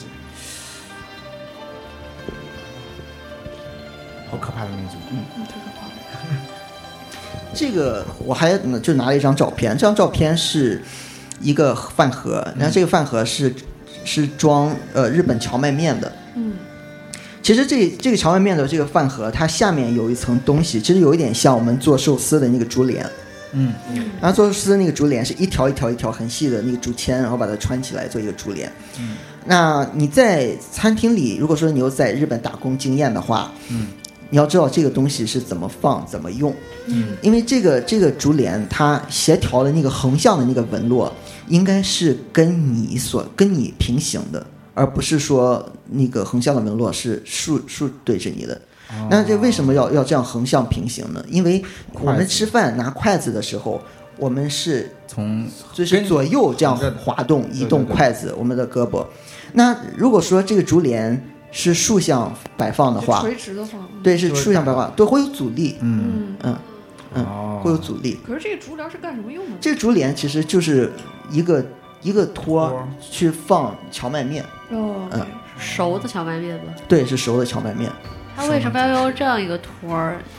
好可怕的民族， 太可怕了。 这个我还就拿了一张照片，这张照片是一个饭盒，然后这个饭盒是装日本荞麦面的。其实这个荞麦面的这个饭盒，它下面有一层东西，其实有一点像我们做寿司的那个竹帘。然后做寿司那个竹帘是一条一条一条很细的那个竹签，然后把它穿起来做一个竹帘。那你在餐厅里，如果说你有在日本打工经验的话，你要知道这个东西是怎么放怎么用。因为这个竹帘它协调的那个横向的那个纹络应该是跟你平行的，而不是说那个横向的纹络是竖对着你的。那这为什么要这样横向平行呢？因为我们吃饭拿筷子的时候，我们是就是左右这样滑动移动筷子，我们的胳膊。那如果说这个竹帘是竖向摆放的话， 垂直的话， 对，是竖向摆放，对，会有阻力。会有阻力。 可是这个竹帘是干什么用的？ 这个竹帘其实就是一个托去放荞麦面。 熟的荞麦面吗？ 对，是熟的荞麦面。 它为什么要用这样一个托儿？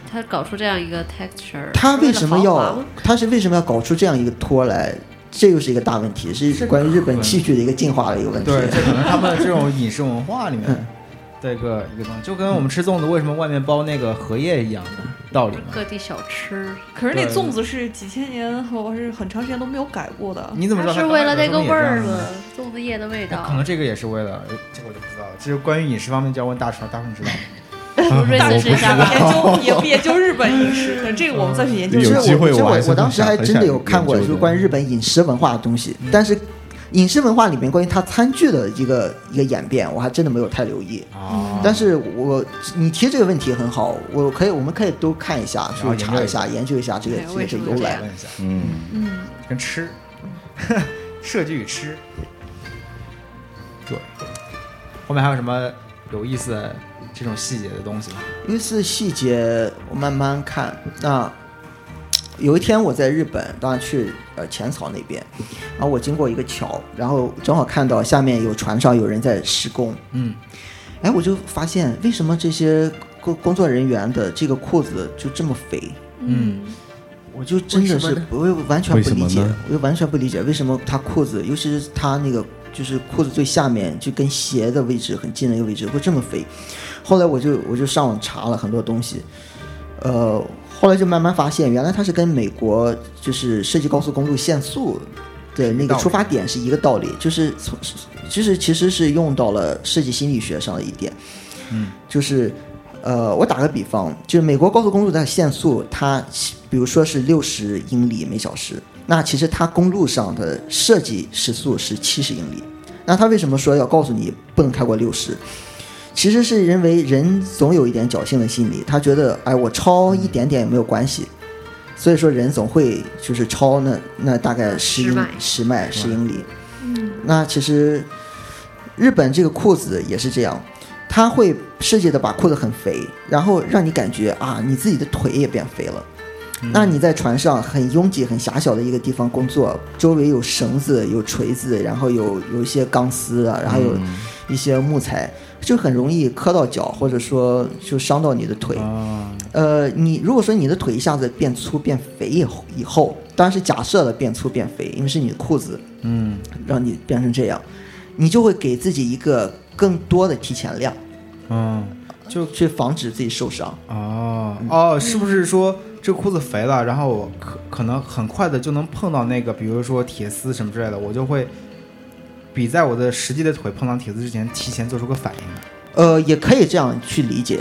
他搞出这样一个 texture， 他为什么要搞出这样一个托来？这又是一个大问题，是关于日本器具的一个进化的一个问题。 对，这可能他们这种饮食文化里面的一个东西，就跟我们吃粽子为什么外面包那个荷叶一样的道理嘛。 各地小吃， 可是那粽子是几千年或是很长时间都没有改过的。 你怎么知道它是为了那个味儿吗？粽子叶的味道。 可能这个也是为了，这个我就不知道了。其实关于饮食方面就要问大川，大川知道吗？ 瑞士是一下吧， 研究日本饮食，这个我们再去研究。 有机会我当时还真的有看过，就是关于日本饮食文化的东西，但是饮食文化里面关于它餐具的一个演变，我还真的没有太留意。但是你提这个问题很好，我们可以都看一下，去查一下，研究一下这个由来。 跟吃，设计与吃，对。后面还有什么有意思的这种细节的东西吗？ 有意思的细节我慢慢看。那有一天我在日本，当然去浅草那边，然后我经过一个桥，然后正好看到下面有船上有人在施工。我就发现为什么这些工作人员的这个裤子就这么肥？我就真的是我完全不理解，为什么他裤子，尤其是他那个就是裤子最下面就跟鞋的位置很近的一个位置会这么肥。后来我就上网查了很多东西，后来就慢慢发现，原来它是跟美国就是设计高速公路限速的那个出发点是一个道理，就是其实是用到了设计心理学上的一点。就是我打个比方，就是美国高速公路的限速，它比如说是60英里每小时，那其实它公路上的设计时速是70英里。那他为什么说要告诉你不能开过60？其实是因为人总有一点侥幸的心理，他觉得我超一点点也没有关系，所以说人总会就是超那大概10英里。那其实日本这个裤子也是这样，他会设计的把裤子很肥，然后让你感觉你自己的腿也变肥了。那你在船上很拥挤很狭小的一个地方工作，周围有绳子有锤子，然后有一些钢丝然后有一些木材，就很容易磕到脚，或者说就伤到你的腿。你如果说你的腿一下子变粗变肥以后，当然是假设的变粗变肥，因为是你的裤子让你变成这样，你就会给自己一个更多的提前量，就去防止自己受伤。 是不是说这个裤子肥了，然后我可能很快的就能碰到那个比如说铁丝什么之类的，我就会比在我的实际的腿碰到铁丝之前提前做出个反应？ 也可以这样去理解，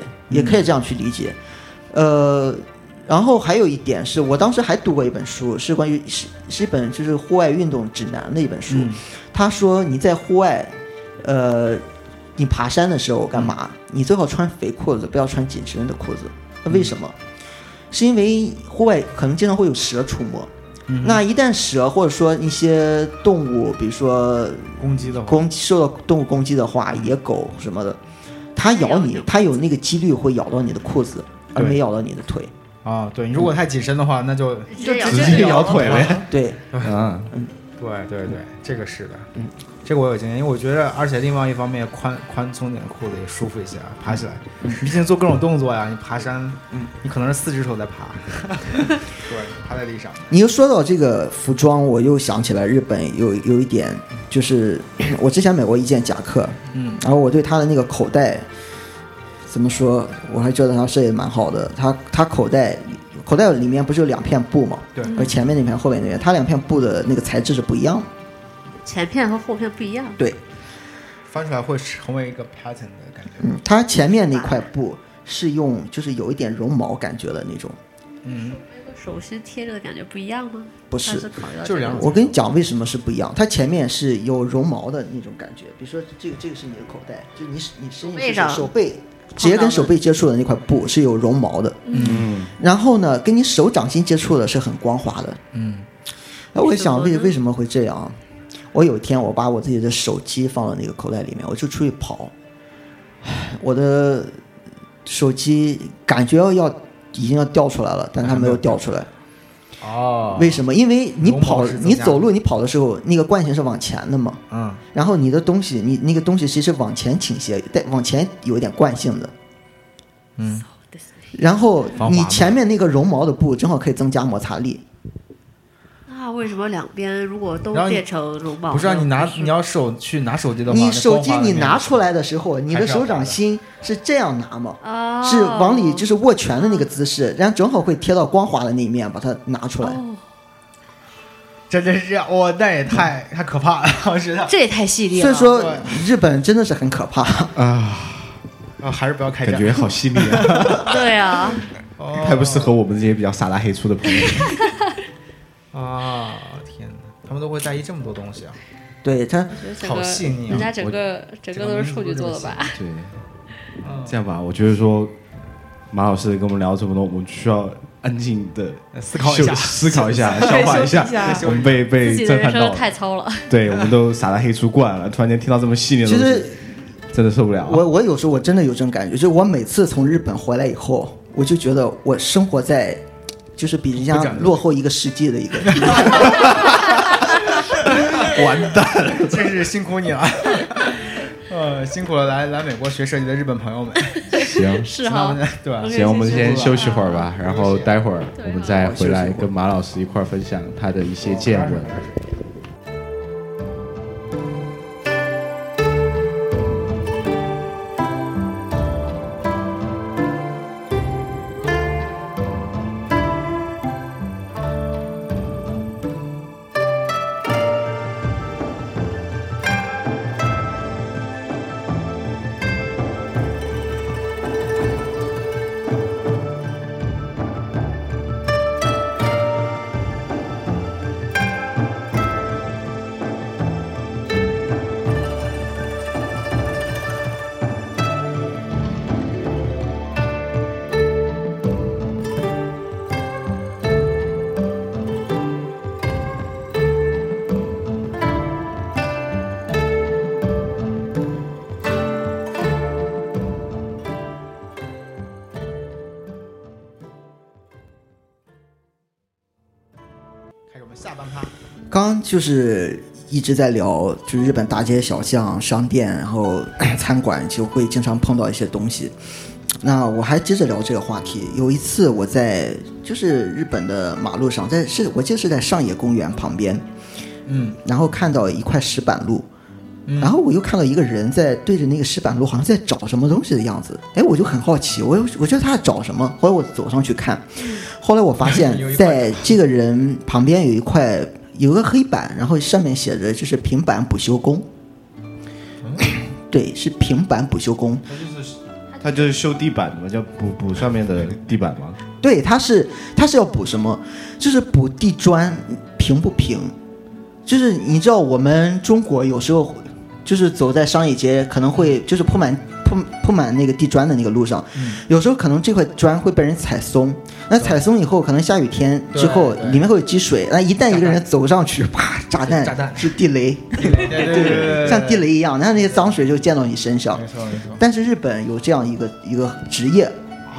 然后还有一点是我当时还读过一本书，是关于是一本就是户外运动指南的一本书。他说你在户外你爬山的时候干嘛，你最好穿肥裤子，不要穿紧身的裤子。为什么？是因为户外可能经常会有蛇出没，那一旦蛇或者说一些动物，比如说受到动物攻击的话，野狗什么的，它咬你，它有那个几率会咬到你的裤子，而没咬到你的腿。 对，你如果太紧身的话，那就直接咬腿了。 对， 对，这个是的，这个我有经验，因为我觉得，而且另外一方面，宽松点的裤子也舒服一些，爬起来，毕竟做各种动作呀，你爬山，你可能是4只手在爬，对，趴在地上。 你又说到这个服装，我又想起来日本有一点，就是我之前买过一件夹克，然后我对它的那个口袋，怎么说，我还觉得它设计蛮好的，它口袋里面不是有2片布吗？ 对， 而前面那片后面那片，它2片布的那个材质是不一样的， 前片和后片不一样。 对， 翻出来会成为一个 pattern 的感觉。 它前面那块布是用就是有一点绒毛感觉的那种。 手心贴着的感觉不一样吗？ 不是， 就是两种。 我跟你讲为什么是不一样，它前面是有绒毛的那种感觉，比如说这个是你的口袋，就你伸进去手背。直接跟手背接触的那块布是有绒毛的，然后呢，跟你手掌心接触的是很光滑的，那我想为什么会这样？我有一天我把我自己的手机放到那个口袋里面，我就出去跑，我的手机感觉已经要掉出来了，但它没有掉出来。为什么？因为你走路你跑的时候，那个惯性是往前的嘛，然后你的东西，你那个东西其实往前倾斜，往前有一点惯性的， 然后你前面那个绒毛的布正好可以增加摩擦力。 那为什么两边如果都变成绒毛？ 不是你要去拿手机的话， 你手机你拿出来的时候，你的手掌心是这样拿吗？是往里就是握拳的那个姿势，然后正好会贴到光滑的那一面，把它拿出来。 真的是那也太可怕了，我觉得这也太细腻了。 所以说日本真的是很可怕还是不要开战， 感觉好细腻啊。 对啊， 太不适合我们这些比较傻大黑粗的朋友。 天哪，他们都会在意这么多东西啊！ 对他好细腻啊！ 人家整个都是处女座的吧？ 对，这样吧，我觉得说马老师跟我们聊这么多，我们需要安静的思考一下， 消化一下。我们被震撼到了， 太糙了。 对，我们都傻大黑粗惯了，突然间听到这么细腻的东西，真的受不了。 我有时候我真的有这种感觉，就是我每次从日本回来以后，我就觉得我生活在就是比人家落后一个世纪的一个完蛋了， 真是辛苦你了。辛苦了来美国学设计的日本朋友们。 行， 是哈， 对吧？ 行，我们先休息会儿吧，然后待会儿我们再回来跟马老师一块儿分享他的一些见闻。 刚就是一直在聊，就是日本大街小巷、商店，然后餐馆就会经常碰到一些东西。那我还接着聊这个话题。有一次我在就是日本的马路上，我记得是在上野公园旁边，然后看到一块石板路，然后我又看到一个人在对着那个石板路，好像在找什么东西的样子。哎，我就很好奇，我觉得他在找什么。后来我走上去看，后来我发现在这个人旁边有个黑板，然后上面写着就是平板补修工。对，是平板补修工。 他就是修地板的嘛，叫补上面的地板吗？ 对，他是要补什么？就是补地砖平不平。就是你知道我们中国有时候就是走在商业街，可能会就是铺满那个地砖的那个路上，有时候可能这块砖会被人踩松，那踩松以后可能下雨天之后里面会有积水，那一旦一个人走上去，啪，炸弹是地雷，对，像地雷一样，那些脏水就溅到你身上。 没错。 但是日本有这样一个职业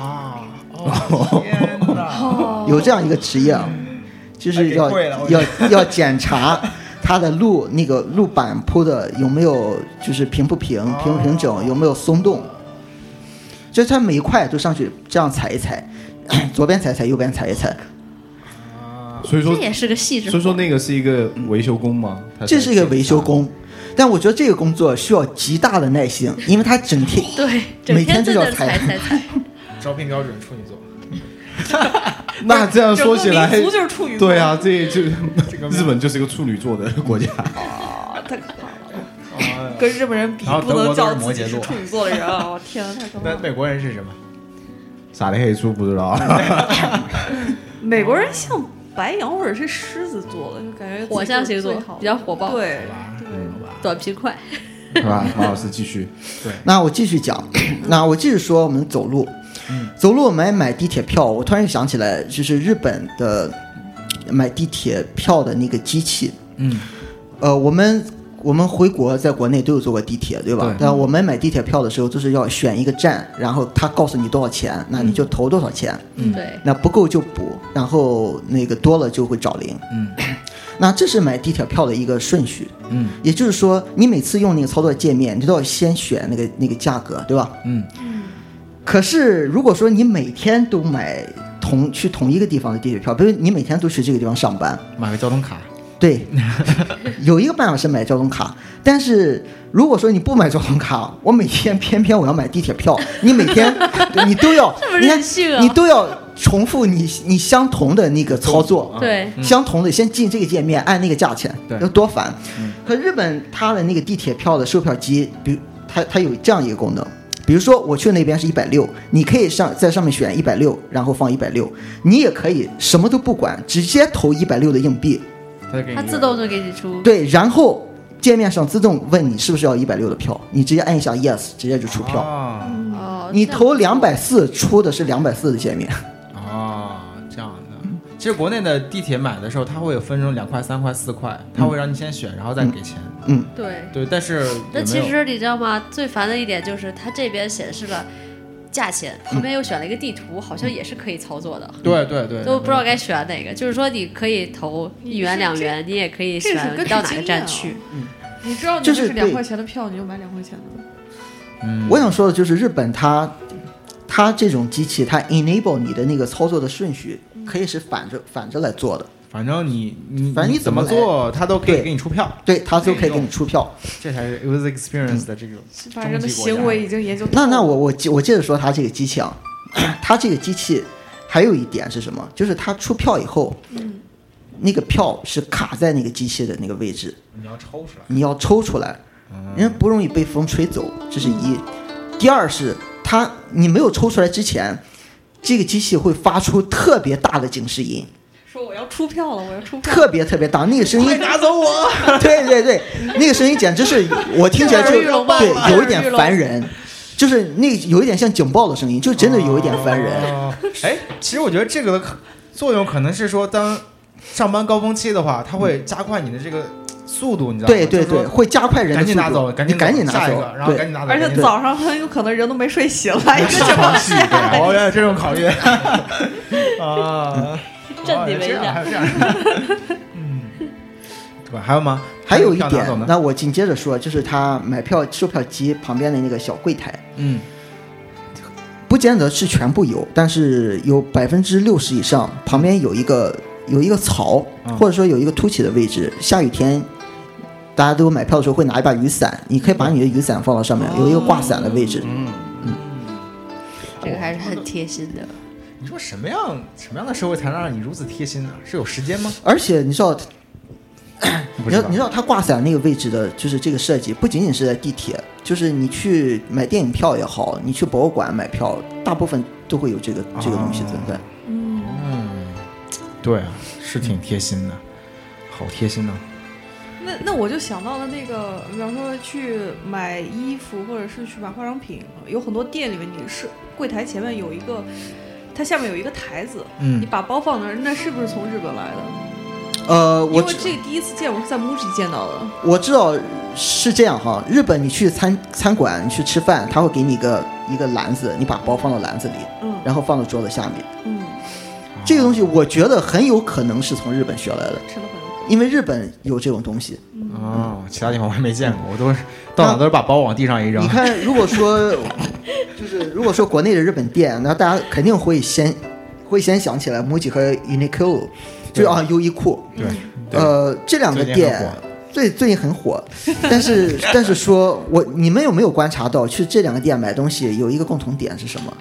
天哪， 有这样一个职业，就是要检查它的那个路板铺的有没有就是平不平整，有没有松动，就是它每一块都上去这样踩一踩，左边踩踩，右边踩一踩。 所以说这也是个细致。 所以说那个是一个维修工吗？ 这是一个维修工，但我觉得这个工作需要极大的耐心，因为他整天每天都要踩。 招聘标准处女座。 那这样说起来， 民族就是处女座。 对啊，这个日本就是一个处女座的国家。 太可怕了。跟日本人比，不能叫自己是处女座的人啊！我天，太可怕了。 那美国人是什么？ 傻的黑猪不知道。 美国人像白羊或者是狮子座的，就感觉火象星座比较火爆， 对， 短平快。 是吧？马老师继续。 对， 那我继续讲。那我继续说，我们走路。走路我们买地铁票，我突然想起来，就是日本的买地铁票的那个机器。我们回国在国内都有坐过地铁，对吧？但我们买地铁票的时候，就是要选一个站，然后他告诉你多少钱，那你就投多少钱。 对， 那不够就补，然后那个多了就会找零。那这是买地铁票的一个顺序。也就是说，你每次用那个操作界面，你都要先选那个价格，对吧？ 可是如果说你每天都买去同一个地方的地铁票，比如你每天都去这个地方上班， 买个交通卡。 对，有一个办法是买交通卡，但是如果说你不买交通卡，我每天偏偏我要买地铁票，你每天你都要，你看你都要重复你相同的那个操作， 对， 相同的先进这个界面按那个价钱，要多烦。可日本它的那个地铁票的售票机，比如它有这样一个功能。比如说我去那边是160，你可以在上面选160，然后放160，你也可以什么都不管，直接投160的硬币， 它自动就给你出。 对，然后界面上自动问你是不是要160的票，你直接按一下 yes， 直接就出票。你投240出的是240的界面。 这样的。其实国内的地铁买的时候，它会有分成2块、3块、4块，它会让你先选，然后再给钱。 对， 但是那其实你知道吗？最烦的一点就是它这边显示了价钱，旁边又选了一个地图，好像也是可以操作的。 对， 都不知道该选哪个。就是说，你可以投1元2元，你也可以选到哪个站去。 你知道你就是2块钱的票，你就买2块钱的。 我想说的就是日本它这种机器，它 enable 你的那个操作的顺序可以是反着来做的。 反正你怎怎么做，它都可以给你出票。 对，它都可以给你出票。 这才是 user experience 的这个。 把人的行为已经研究。 那我接着说它这个机器啊，它这个机器还有一点是什么？就是它出票以后，那个票是卡在那个机器的那个位置，你要抽出来，人家不容易被风吹走，这是一。第二是你没有抽出来之前，这个机器会发出特别大的警示音。 说我要出票了，我要出票， 特别大，那个声音快拿走我！ 对，那个声音简直是我听起来就对有一点烦人，就是那有一点像警报的声音，就真的有一点烦人。 其实我觉得这个的作用可能是说，当上班高峰期的话，它会加快你的这个速度，你知道吗？ 对，会加快人的速度， 赶紧拿走，然后赶紧拿走。 而且早上很有可能人都没睡醒，来一个情况下。 原来这种考虑镇定一下。 对，还有吗？ 还有一点，那我紧接着说，就是他买票售票机旁边的那个小柜台，不见得是全部有，但是有60%以上，旁边有一个槽，或者说有一个凸起的位置，下雨天。大家都买票的时候会拿一把雨伞，你可以把你的雨伞放到上面，有一个挂伞的位置。 这个还是很贴心的。 你说什么样的社会才能让你如此贴心呢？是有时间吗？ 而且你知道它挂伞那个位置的，就是这个设计，不仅仅是在地铁，就是你去买电影票也好，你去博物馆买票，大部分都会有这个东西存在。 对啊，是挺贴心的，好贴心呢。 那我就想到了那个，比方说去买衣服或者是去买化妆品，有很多店里面你是柜台前面有一个，它下面有一个台子，你把包放那儿，那是不是从日本来的？因为这个第一次见我是在 MUJI 见到的。我知道是这样哈，日本你去餐馆你去吃饭，他会给你一个篮子，你把包放到篮子里，然后放到桌子下面。这个东西我觉得很有可能是从日本学来的。 真的很有可能。 因为日本有这种东西。 其他地方我还没见过，我都到哪都是把包往地上一扔。 你看，如果说国内的日本店，那大家肯定会先想起来 MUJI 和 Uniqlo， 就是优衣库。 对， 这两个店最近很火。但是说你们有没有观察到，去这两个店买东西有一个共同点是什么？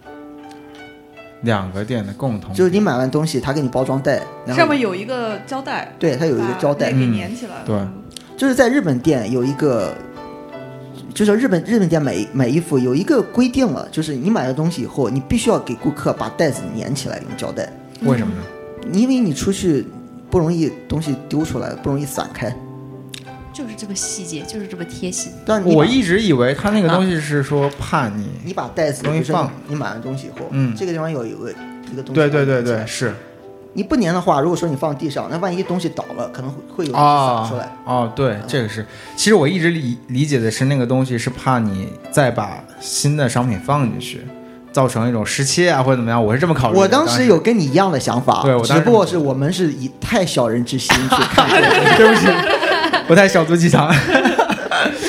两个店的共同就是你买完东西，他给你包装袋， 上面有一个胶带， 对，它有一个胶带给粘起来了。 对， 就是在日本店有一个，就是日本店买衣服有一个规定了，就是你买了东西以后，你必须要给顾客把袋子粘起来，用胶带。 为什么呢？ 因为你出去不容易东西丢出来，不容易散开。 就是这么细节，就是这么贴心。 但我一直以为他那个东西是说怕你把袋子东西放， 你买完东西以后，这个地方有一个东西。 对，是。 你不粘的话，如果说你放地上，那万一东西倒了，可能会有东西洒出来。 对，这个是。其实我一直理解的是那个东西是怕你再把新的商品放进去，造成一种失窃啊或者怎么样，我是这么考虑的。 我当时有跟你一样的想法， 对， 只不过是我们是以太小人之心去看。 对不起。不太小肚鸡肠。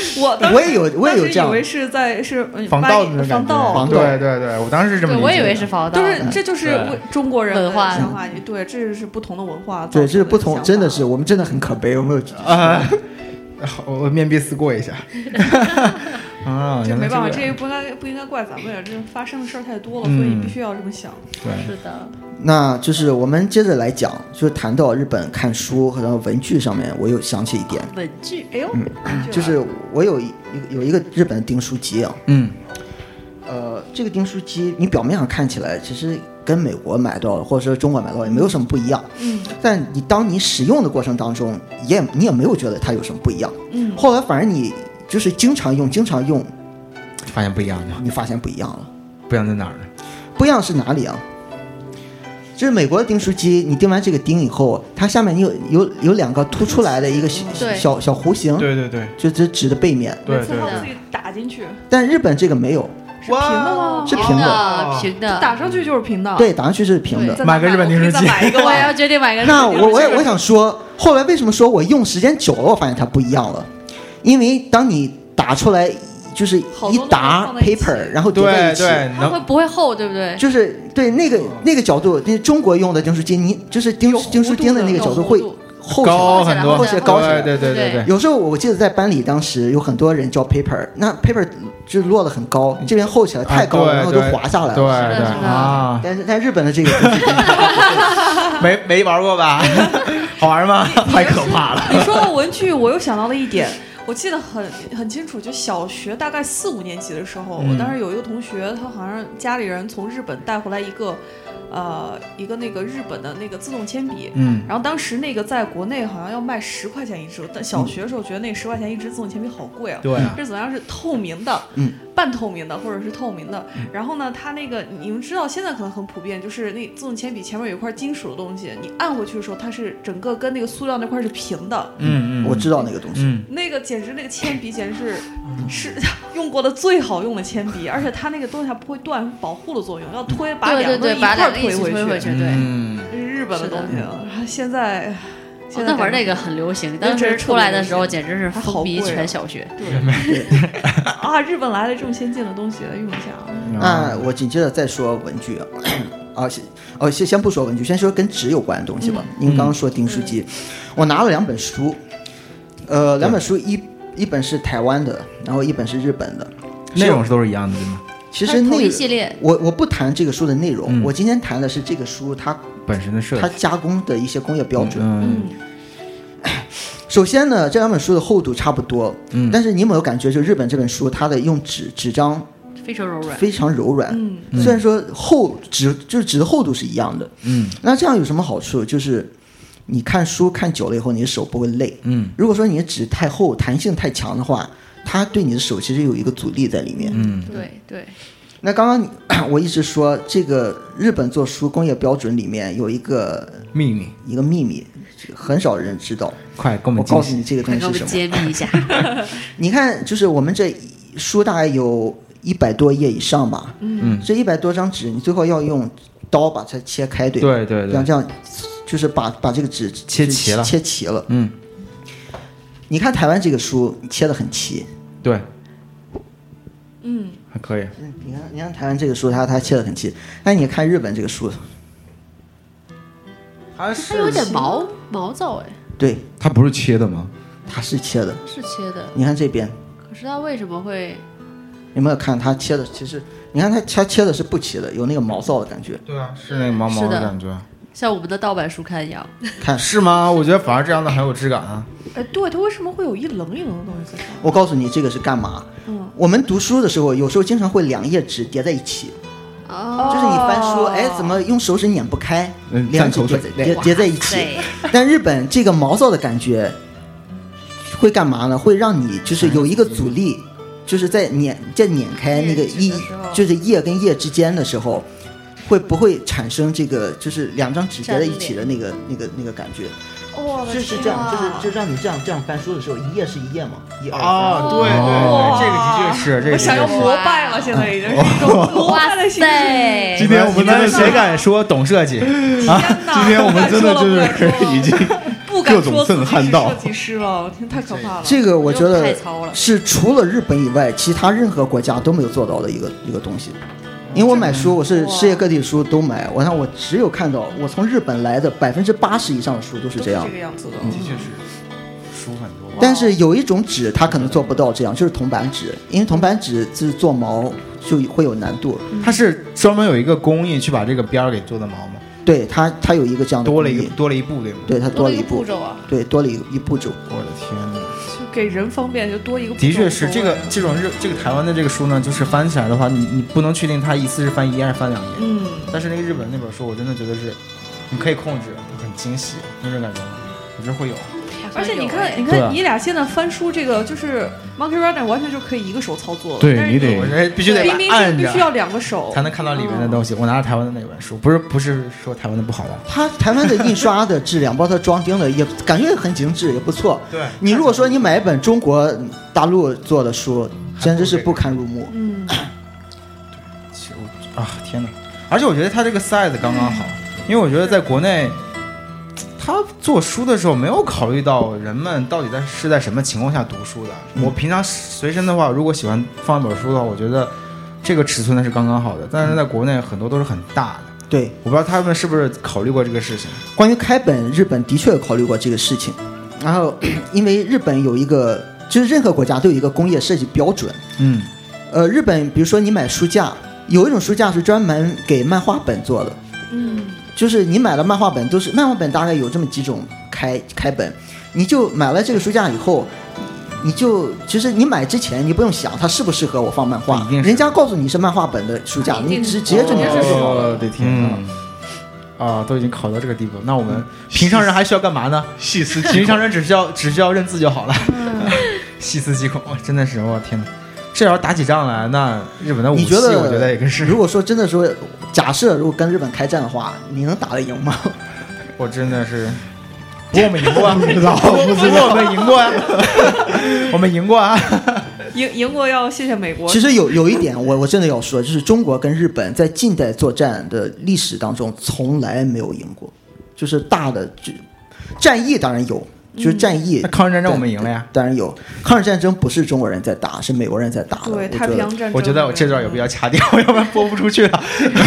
我也有这样， 以为是防盗的感觉， 防盗， 对，我当时是这么理解的。 我以为是防盗， 这就是中国人文化想法，对，这是不同的文化， 对，这是不同，真的是我们真的很可悲，有没有？ 我面壁思过一下。 这没办法，这不应该怪咱们呀，这发生的事儿太多了，所以必须要这么想。 对， 是的。 那就是我们接着来讲，就是谈到日本看书和文具上面，我又想起一点。 文具， 哎呦， 就是我有一个日本的订书机啊。这个订书机你表面上看起来其实跟美国买到的或者说中国买到的也没有什么不一样。但当你使用的过程当中，你也没有觉得它有什么不一样。后来反正你就是经常用， 发现不一样吗？ 你发现不一样了。 不一样在哪儿呢？ 不一样是哪里啊？就是美国的订书机，你订完这个钉以后，它下面有两个凸出来的一个小弧形， 对， 就这纸的背面， 对，自己打进去。 但日本这个没有， 是平的吗？ 是平的， 打上去就是平的。 对，打上去是平的。 买个日本订书机， 我也要决定买个。 那我想说，后来为什么说我用时间久了，我发现它不一样了？因为当你打出来。就是一沓 paper， 然后叠在一起， 它会不会厚，对不对？ 就是对那个角度，那中国用的订书机，你就是订书钉的那个角度会厚高很多， 厚些高起来。 对。 有时候我记得在班里，当时有很多人交 paper， 那 paper 就落得很高，这边厚起来太高了，然后就滑下来了。 对啊。 但日本的这个没玩过吧？好玩吗？太可怕了。 你说到文具，我又想到了一点。我记得很清楚，就小学大概4、5年级的时候，我当时有一个同学，他好像家里人从日本带回来一个那个日本的那个自动铅笔，然后当时那个在国内好像要卖10块钱一支，但小学的时候觉得那10块钱一支自动铅笔好贵啊， 对， 这怎么样是透明的，半透明的或者是透明的，然后呢，它那个你们知道现在可能很普遍，就是那自动铅笔前面有一块金属的东西，你按回去的时候，它是整个跟那个塑料那块是平的， 我知道那个东西， 那个简直那个铅笔简直是用过的最好用的铅笔，而且它那个东西还不会断，保护的作用，要把两个一块推回去， 对， 日本的东西啊，现在那会儿那个很流行，当时出来的时候简直是风靡全小学。 对啊，日本来了这么先进的东西来用一下。 那我紧接着再说文具先不说文具，先说跟纸有关的东西吧。您刚刚说订书机，我拿了2本书，两本书一本是台湾的，然后一本是日本的， 内容都是一样的，对吗？ 其实同一系列， 我不谈这个书的内容，我今天谈的是这个书它本身的设计， 它加工的一些工业标准。首先呢，这2本书的厚度差不多，但是你有没有感觉，就日本这本书它的用纸张非常柔软， 虽然说纸的厚度是一样的，那这样有什么好处？就是你看书看久了以后，你的手不会累，如果说你的纸太厚，弹性太强的话，它对你的手其实有一个阻力在里面， 对。 那刚刚我一直说这个日本做书工业标准里面有一个秘密，很少人知道。 快跟我们我告诉你这个东西是什么？ 揭秘一下。 你看，就是我们这书大概有100多页以上吧，这100多张纸，你最后要用刀把它切开，对吧？ 对， 这样就是把这个纸切齐了。 你看台湾这个书切得很齐， 对，还可以。 你看台湾这个书，它切得很齐，但你看日本这个书， 它有点毛躁哎。 对， 它不是切的吗？ 它是切的， 是切的。 你看这边， 可是它为什么会？ 有没有看它切的？其实你看它切的是不齐的，有那个毛躁的感觉。 对啊，是那个毛的感觉， 像我们的盗版书看一样。 看是吗？我觉得反而这样的很有质感啊。 对，它为什么会有一棱一棱的东西在上面？ 我告诉你，这个是干嘛？我们读书的时候，有时候经常会2页纸叠在一起。就是你翻书，怎么用手指捻不开，2纸叠在一起。但日本这个毛躁的感觉会干嘛呢？会让你就是有一个阻力，就是在捻开那个就是页跟页之间的时候，会不会产生这个就是2张纸叠在一起的那个感觉？就是这样，就是让你这样翻书的时候，1页是1页嘛，1、2、3。 对，这个的确是， 我想要膜拜了，现在已经是一种膜拜的心情。 今天谁敢说懂设计？ 天哪！ 今天我们真的就是已经各种震撼到。 设计师了，天，太可怕了。 这个我觉得太糙了， 是除了日本以外，其他任何国家都没有做到的一个东西。因为我买书，我是世界各地的书都买，我只有看到我从日本来的80%以上的书都是这样， 这个样子的， 的确是书很多。 但是有一种纸它可能做不到这样，就是铜板纸，因为铜板纸是做毛就会有难度。 它是专门有一个工艺去把这个边儿给做的毛吗？ 对，它有一个这样的多了一步，对吗？ 对，它多了一步骤啊， 对，多了一步骤。 我的天哪！ 就给人方便，就多一个步骤。 的确是这个台湾的这个书呢，就是翻起来的话，你不能确定它一次是翻一页还是翻2页。但是那个日本那本书，我真的觉得是你可以控制，很惊喜，有这种感觉吗？我觉得会有。 而且你看，你俩现在翻书这个就是 Monkey Rider 完全就可以一个手操作了， 对你得必须得按着， 必须要2个手才能看到里面的东西。我拿着台湾的那本书，不是说台湾的不好吧？ 它台湾的印刷的质量，包括它装订的也感觉很精致，也不错。 对， 你如果说你买一本中国大陆做的书，简直是不堪入目。 天哪！而且我觉得它这个 size 刚刚好，因为我觉得在国内。他做书的时候没有考虑到人们到底是在什么情况下读书的。我平常随身的话，如果喜欢放一本书的话，我觉得这个尺寸呢是刚刚好的。但是在国内很多都是很大的。 对， 我不知道他们是不是考虑过这个事情。 关于开本，日本的确有考虑过这个事情。然后，因为日本有一个，就是任何国家都有一个工业设计标准。日本比如说你买书架，有一种书架是专门给漫画本做的。就是你买了漫画本，漫画本大概有这么几种开本，你就买了这个书架以后，其实你买之前你不用想它适不适合我放漫画，人家告诉你是漫画本的书架，你直接就能就好了。 我的天都已经考到这个地步，那我们平常人还需要干嘛呢？ 细思极恐， 平常人只需要认字就好了。细思极恐，真的是我天哪！这要打起仗来，那日本的武器，我觉得也是。 如果说真的说，假设如果跟日本开战的话，你能打得赢吗？ 我真的是，不过我们赢过啊， 不知道我们赢过啊，我们赢过啊， 赢过要谢谢美国。 其实有一点我真的要说，就是中国跟日本在近代作战的历史当中从来没有赢过，就是大的战役当然有。就是战役， 那抗日战争我们赢了呀， 当然有。抗日战争不是中国人在打，是美国人在打的。 对，太平洋战争。 我觉得我这段有必要掐掉，要不然播不出去了。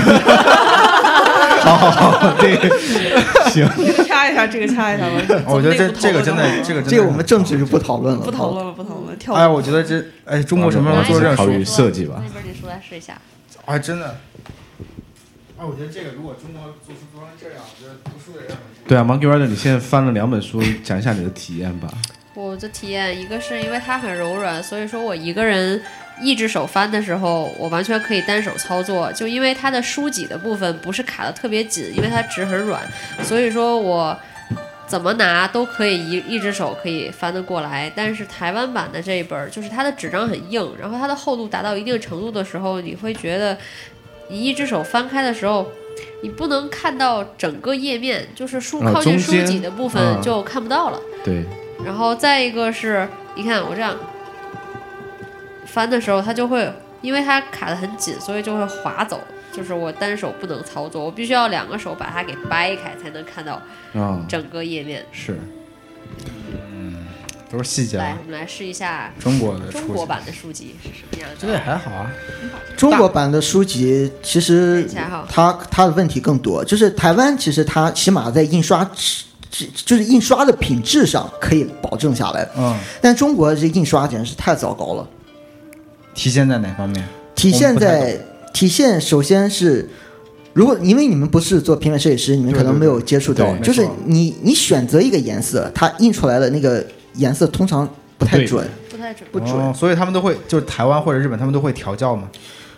好，这个行， 掐一下这个，掐一下吧。 我觉得这个真的， 这个我们政治就不讨论了， 不讨论了。跳。 哎，我觉得中国什么时候做这种考虑设计吧？ 那本书来试一下。 哎，真的。我觉得这个如果中国做出成这样，我觉得读书的人。 对啊 ，Monkey Rider， 你现在翻了2本书，讲一下你的体验吧。 我的体验，一个是因为它很柔软，所以说我一个人一只手翻的时候，我完全可以单手操作。就因为它的书脊的部分不是卡得特别紧，因为它纸很软，所以说我怎么拿都可以一只手可以翻得过来。但是台湾版的这一本，就是它的纸张很硬，然后它的厚度达到一定程度的时候，你会觉得你一只手翻开的时候。你不能看到整个页面，就是靠近书脊的部分就看不到了。 对。 然后再一个是，你看我这样翻的时候，它就会，因为它卡得很紧，所以就会滑走。就是我单手不能操作，我必须要2个手把它给掰开，才能看到整个页面。 是。 都是细节。 来，我们来试一下中国版的书籍是什么样的。 这个还好啊。 中国版的书籍其实它的问题更多，就是台湾其实它起码在印刷就是印刷的品质上可以保证下来，但中国这印刷简直是太糟糕了。 体现在哪方面？ 体现首先是，如果因为你们不是做平面设计师，你们可能没有接触到，就是你选择一个颜色，它印出来的那个颜色通常不太准，不准， 所以他们都会，就是台湾或者日本，他们都会调教嘛。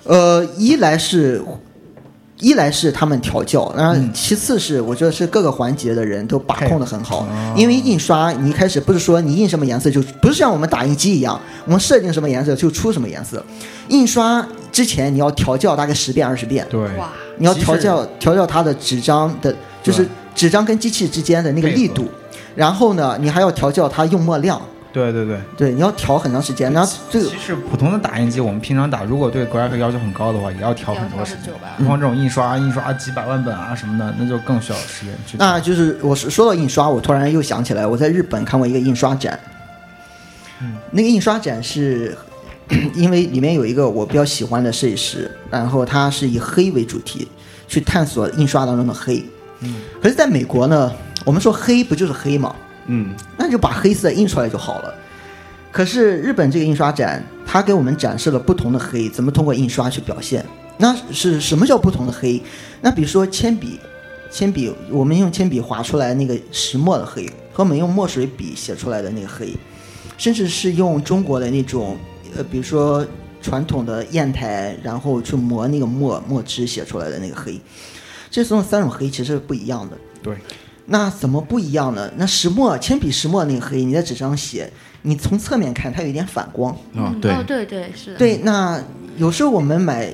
一来是他们调教，然后其次是我觉得是各个环节的人都把控得很好。因为印刷你一开始不是说你印什么颜色，就不是像我们打印机一样，我们设定什么颜色就出什么颜色。印刷之前你要调教大概10遍20遍， 对， 你要调教它的纸张的，就是纸张跟机器之间的那个力度，然后呢你还要调教它用墨量。 对对对对，你要调很长时间。然后这个其实普通的打印机我们平常打，如果对 graphic 要求很高的话，也要调很多时间。不光这种印刷几百万本啊什么的，那就更需要时间去。 那就是我说到印刷，我突然又想起来，我在日本看过一个印刷展。那个印刷展是因为里面有一个我比较喜欢的设计师，然后他是以黑为主题去探索印刷当中的黑。可是在美国呢，我们说黑不就是黑吗？那就把黑色印出来就好了。可是日本这个印刷展，它给我们展示了不同的黑怎么通过印刷去表现。那是什么叫不同的黑？那比如说铅笔，我们用铅笔划出来那个石墨的黑，和我们用墨水笔写出来的那个黑，甚至是用中国的那种比如说传统的砚台，然后去磨那个墨汁写出来的那个黑，这三种黑其实是不一样的。 对。 那怎么不一样呢？那铅笔石墨那个黑，你在纸上写，你从侧面看它有一点反光。 对对是的。 对，那有时候我们买，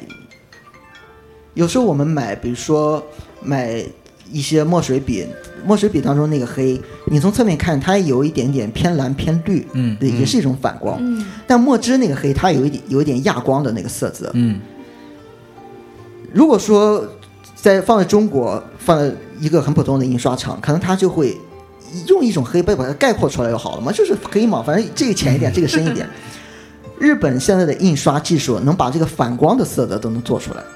比如说买一些墨水笔当中那个黑，你从侧面看它有一点点偏蓝偏绿，对，也是一种反光。但墨汁那个黑，它有一点亚光的那个色泽。如果说放在中国，放在一个很普通的印刷厂，可能它就会用一种黑把它概括出来就好了嘛，就是黑嘛，反正这个浅一点，这个深一点。日本现在的印刷技术能把这个反光的色泽都能做出来。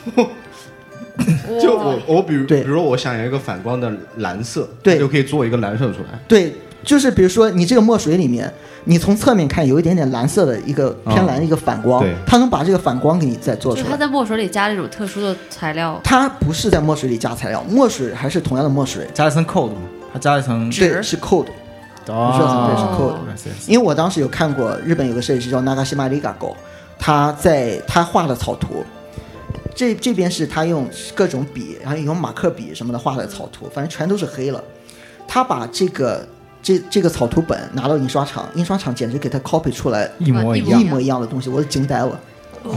就我比如我想要一个反光的蓝色， 对， 就可以做一个蓝色出来。 对，就是比如说你这个墨水里面，你从侧面看有一点点蓝色的一个偏蓝的一个反光，它能把这个反光给你再做出来。 它在墨水里加了一种特殊的材料。 它不是在墨水里加材料，墨水还是同样的墨水， 加一层 code 嘛，它加一层对是 code。对，是 code。因为我当时有看过日本有个设计师叫 Nagashima Rigago， 他画的草图。这边是他用各种笔，然后用马克笔什么的画的草图，反正全都是黑了。他把这个草图本拿到印刷厂，印刷厂简直给他 copy 出来一模一样的东西，我都惊呆了。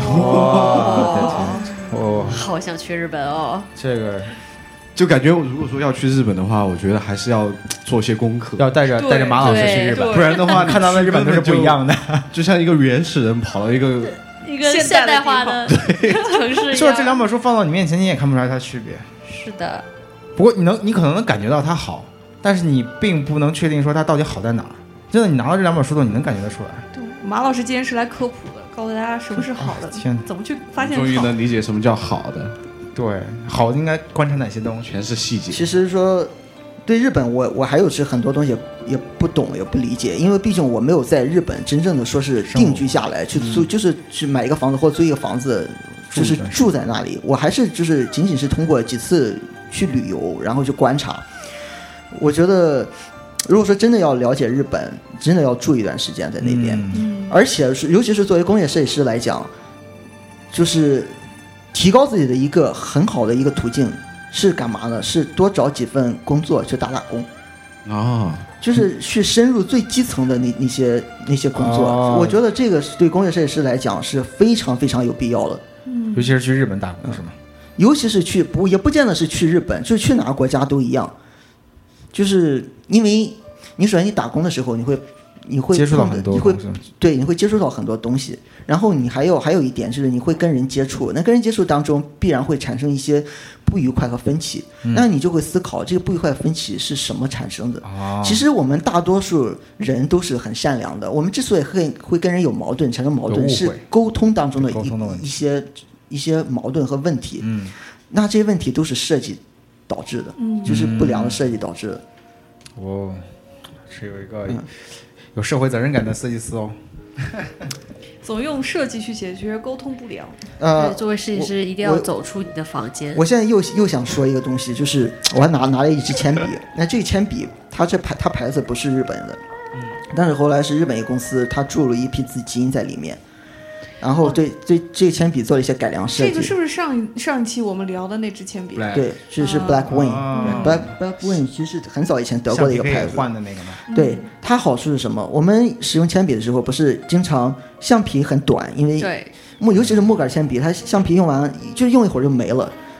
好想去日本哦！ 这个就感觉如果说要去日本的话，我觉得还是要做些功课， 要带着马老师去日本， 不然的话看到的日本都是不一样的， 就像一个原始人跑到一个现代化的城市一样。 就是这两本书放到你面前，你也看不出来它区别。 是的。 不过你可能能感觉到它好，但是你并不能确定说它到底好在哪儿。真的，你拿到这两本书的，你能感觉得出来。 对，马老师今天是来科普的，告诉大家什么是好的，怎么去发现好。 终于能理解什么叫好的。 对，好的应该观察哪些东西， 全是细节。 其实说对日本，我还有是很多东西也不懂也不理解，因为毕竟我没有在日本真正的说是定居下来去租，就是去买一个房子或租一个房子，就是住在那里。我还是就是仅仅是通过几次去旅游，然后去观察。我觉得如果说真的要了解日本，真的要住一段时间在那边，而且尤其是作为工业设计师来讲，就是提高自己的一个很好的一个途径是干嘛呢？是多找几份工作去打工就是去深入最基层的那些工作。我觉得这个对工业设计师来讲是非常非常有必要的。 尤其是去日本打工是吗？ 尤其是也不见得是去日本，就是去哪个国家都一样。就是因为你首先你打工的时候，你会接触到很多， 你会接触到很多东西。然后你还有一点就是你会跟人接触，那跟人接触当中必然会产生一些不愉快和分歧，那你就会思考这个不愉快分歧是什么产生的。其实我们大多数人都是很善良的，我们之所以会跟人有矛盾产生矛盾，是沟通当中的一些矛盾和问题。那这些问题都是设计导致的，就是不良的设计导致的。 是有一个有社会责任感的设计师哦。 总用设计去解决沟通不良。 对，作为设计师一定要走出你的房间。 我现在又想说一个东西，就是我还拿了一支铅笔。那这个铅笔它牌子不是日本的，但是后来是日本一个公司，它注入了一批资金在里面，然后对这个铅笔做了一些改良设计。 这个是不是上一期我们聊的那支铅笔？ 对，这是 Black Wing。Black Wing 其实很早以前德国的一个牌子。 换的那个吗？ 对，它好处是什么？我们使用铅笔的时候，不是经常橡皮很短，因为尤其是木杆铅笔，它橡皮用完就用一会儿就没了。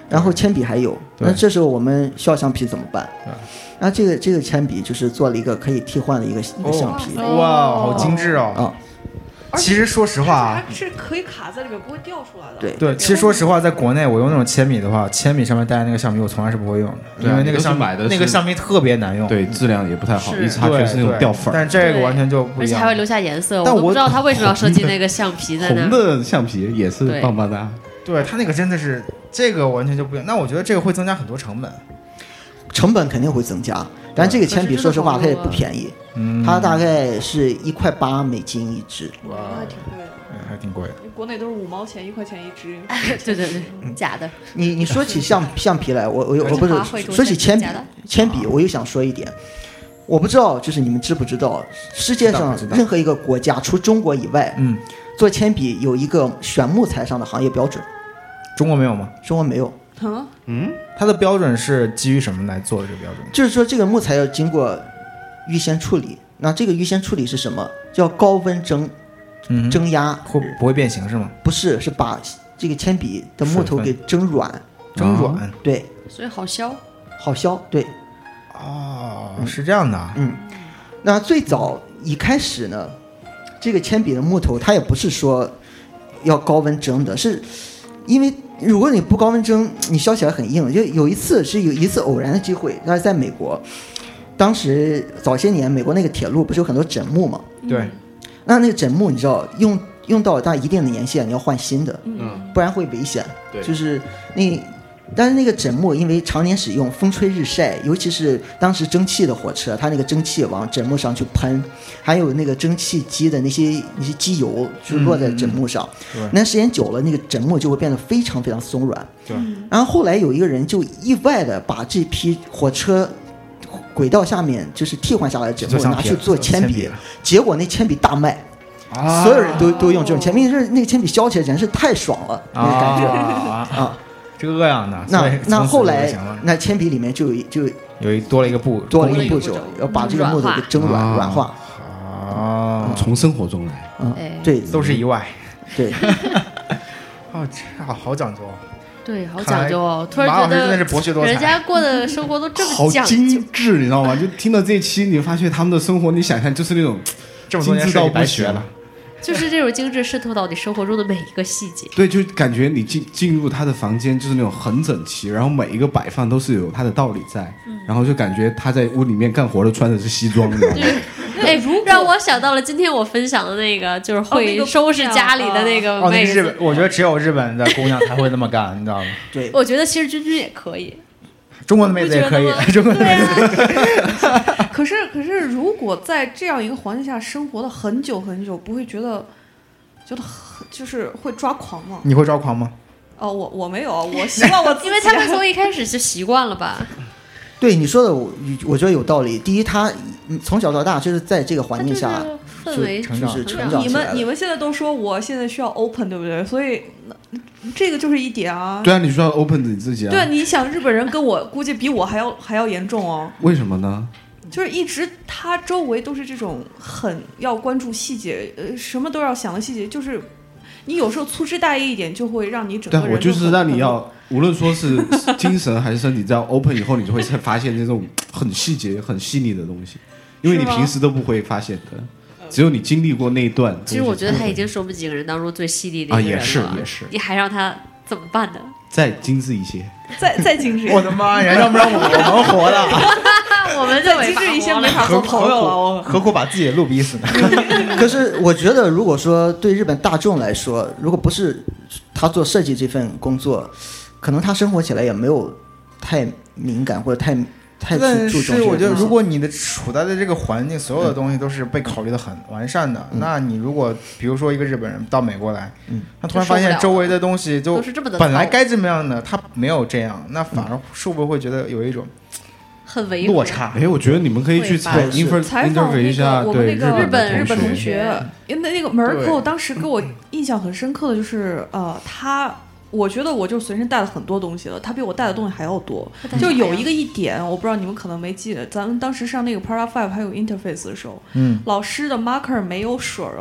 然后铅笔还有，那这时候我们需要橡皮怎么办？然后这个铅笔就是做了一个可以替换的一个橡皮。 哇，好精致哦！其实说实话啊， 是可以卡在里面，不会掉出来的。 对， 其实说实话，在国内我用那种铅笔的话，铅笔上面带的那个橡皮我从来是不会用的，因为那个橡皮特别难用， 对，质量也不太好，一擦全是那种掉粉。 但这个完全就不一样， 而且还会留下颜色。我都不知道他为什么要设计那个橡皮在那。 红的橡皮也是棒棒哒。 对，它那个真的是这个完全就不一样。那我觉得这个会增加很多成本。 成本肯定会增加，但这个铅笔说实话它也不便宜，它大概是1.8美金一支。 哇，还挺贵的。 还挺贵的， 国内都是5毛钱、1块钱一支。 对对对，假的。 你说起橡皮来，我不是说起铅笔，我又想说一点，我不知道就是你们知不知道，世界上任何一个国家除中国以外，做铅笔有一个选木材上的行业标准。 中国没有吗？ 中国没有。 它的标准是基于什么来做的？这个标准就是说这个木材要经过预先处理，那这个预先处理是什么？叫高温蒸压， 会不会变形是吗？ 不是，是把这个铅笔的木头给蒸软，对， 所以好削， 对。 哦，是这样的。 那最早一开始呢，这个铅笔的木头它也不是说要高温蒸的，是因为如果你不高温蒸，你削起来很硬。就有一次偶然的机会，那是在美国，当时早些年美国那个铁路不是有很多枕木吗？ 对。 那个枕木你知道用到大一定的年限你要换新的，不然会危险。 对， 就是但是那个枕木因为常年使用，风吹日晒，尤其是当时蒸汽的火车，它那个蒸汽往枕木上去喷，还有那个蒸汽机的那些机油就落在枕木上，那时间久了，那个枕木就会变得非常非常松软。 对。 然后后来有一个人就意外的把这批火车轨道下面就是替换下来的枕木拿去做铅笔，结果那铅笔大卖，所有人都用这种铅笔，因为那个铅笔削起来真是太爽了，那个感觉这样的。 那后来那铅笔里面就多了一个步骤，要把这个木头给蒸软化。 从生活中来， 对， 都是意外。 对。 这好讲究。 对，好讲究哦！突然觉得真的是博学多才， 人家过的生活都这么好精致，你知道吗？就听到这一期，你发现他们的生活，你想象就是那种精致到不行了。 就是这种精致渗透到你生活中的每一个细节。 对，就感觉你进入他的房间就是那种很整齐，然后每一个摆放都是有他的道理在，然后就感觉他在屋里面干活都穿的是西装，你知道吗？ 让我想到了今天我分享的那个，就是会收拾家里的那个妹子。 我觉得只有日本的姑娘才会那么干，你知道吗？ 对， 我觉得其实君君也可以， 中国的妹子也可以，中国的妹子。 可是，如果在这样一个环境下生活了很久很久，不会觉得就是会抓狂吗？ 你会抓狂吗？ 我没有，我希望我自己， 因为他们从一开始就习惯了吧。 对你说的，我觉得有道理。第一，他从小到大就是在这个环境下就是成长起来。 你们现在都说我现在需要 open， 对不对？所以这个就是一点啊。 对啊，你需要 open 你自己啊。 对，你想日本人跟我估计比我还要严重哦。 为什么呢？ 就是一直他周围都是这种很要关注细节，什么都要想的细节，就是你有时候粗枝大叶一点，就会让你整个人。 对，我就是让你要，无论说是精神还是身体，只要 open 以后，你就会发现这种很细节、很细腻的东西，因为你平时都不会发现的，只有你经历过那一段。 其实我觉得他已经是我们几个人当中最细腻的一个人了。 也是。 你还让他怎么办呢？ 再精致一些， 再精致。 我的妈呀，让不让我们活了？ 我们再精致一些没法做朋友了， 何苦把自己的路逼死呢？ 可是我觉得，如果说对日本大众来说，如果不是他做设计这份工作，可能他生活起来也没有太敏感或者太注重。 但是我觉得，如果你的处在的这个环境，所有的东西都是被考虑的很完善的，那你如果比如说一个日本人到美国来，他突然发现周围的东西就本来该这么样的，他没有这样，那反而是不是会觉得有一种很违落差？ 我觉得你们可以去采访一下我们那个日本同学， 因为那个门儿扣当时给我印象很深刻的就是我觉得我就随身带了很多东西了，他比我带的东西还要多。就有一点，我不知道你们可能没记得，咱们当时上那个 Para 5还有 Interface 的时候，老师的 marker 没有水了，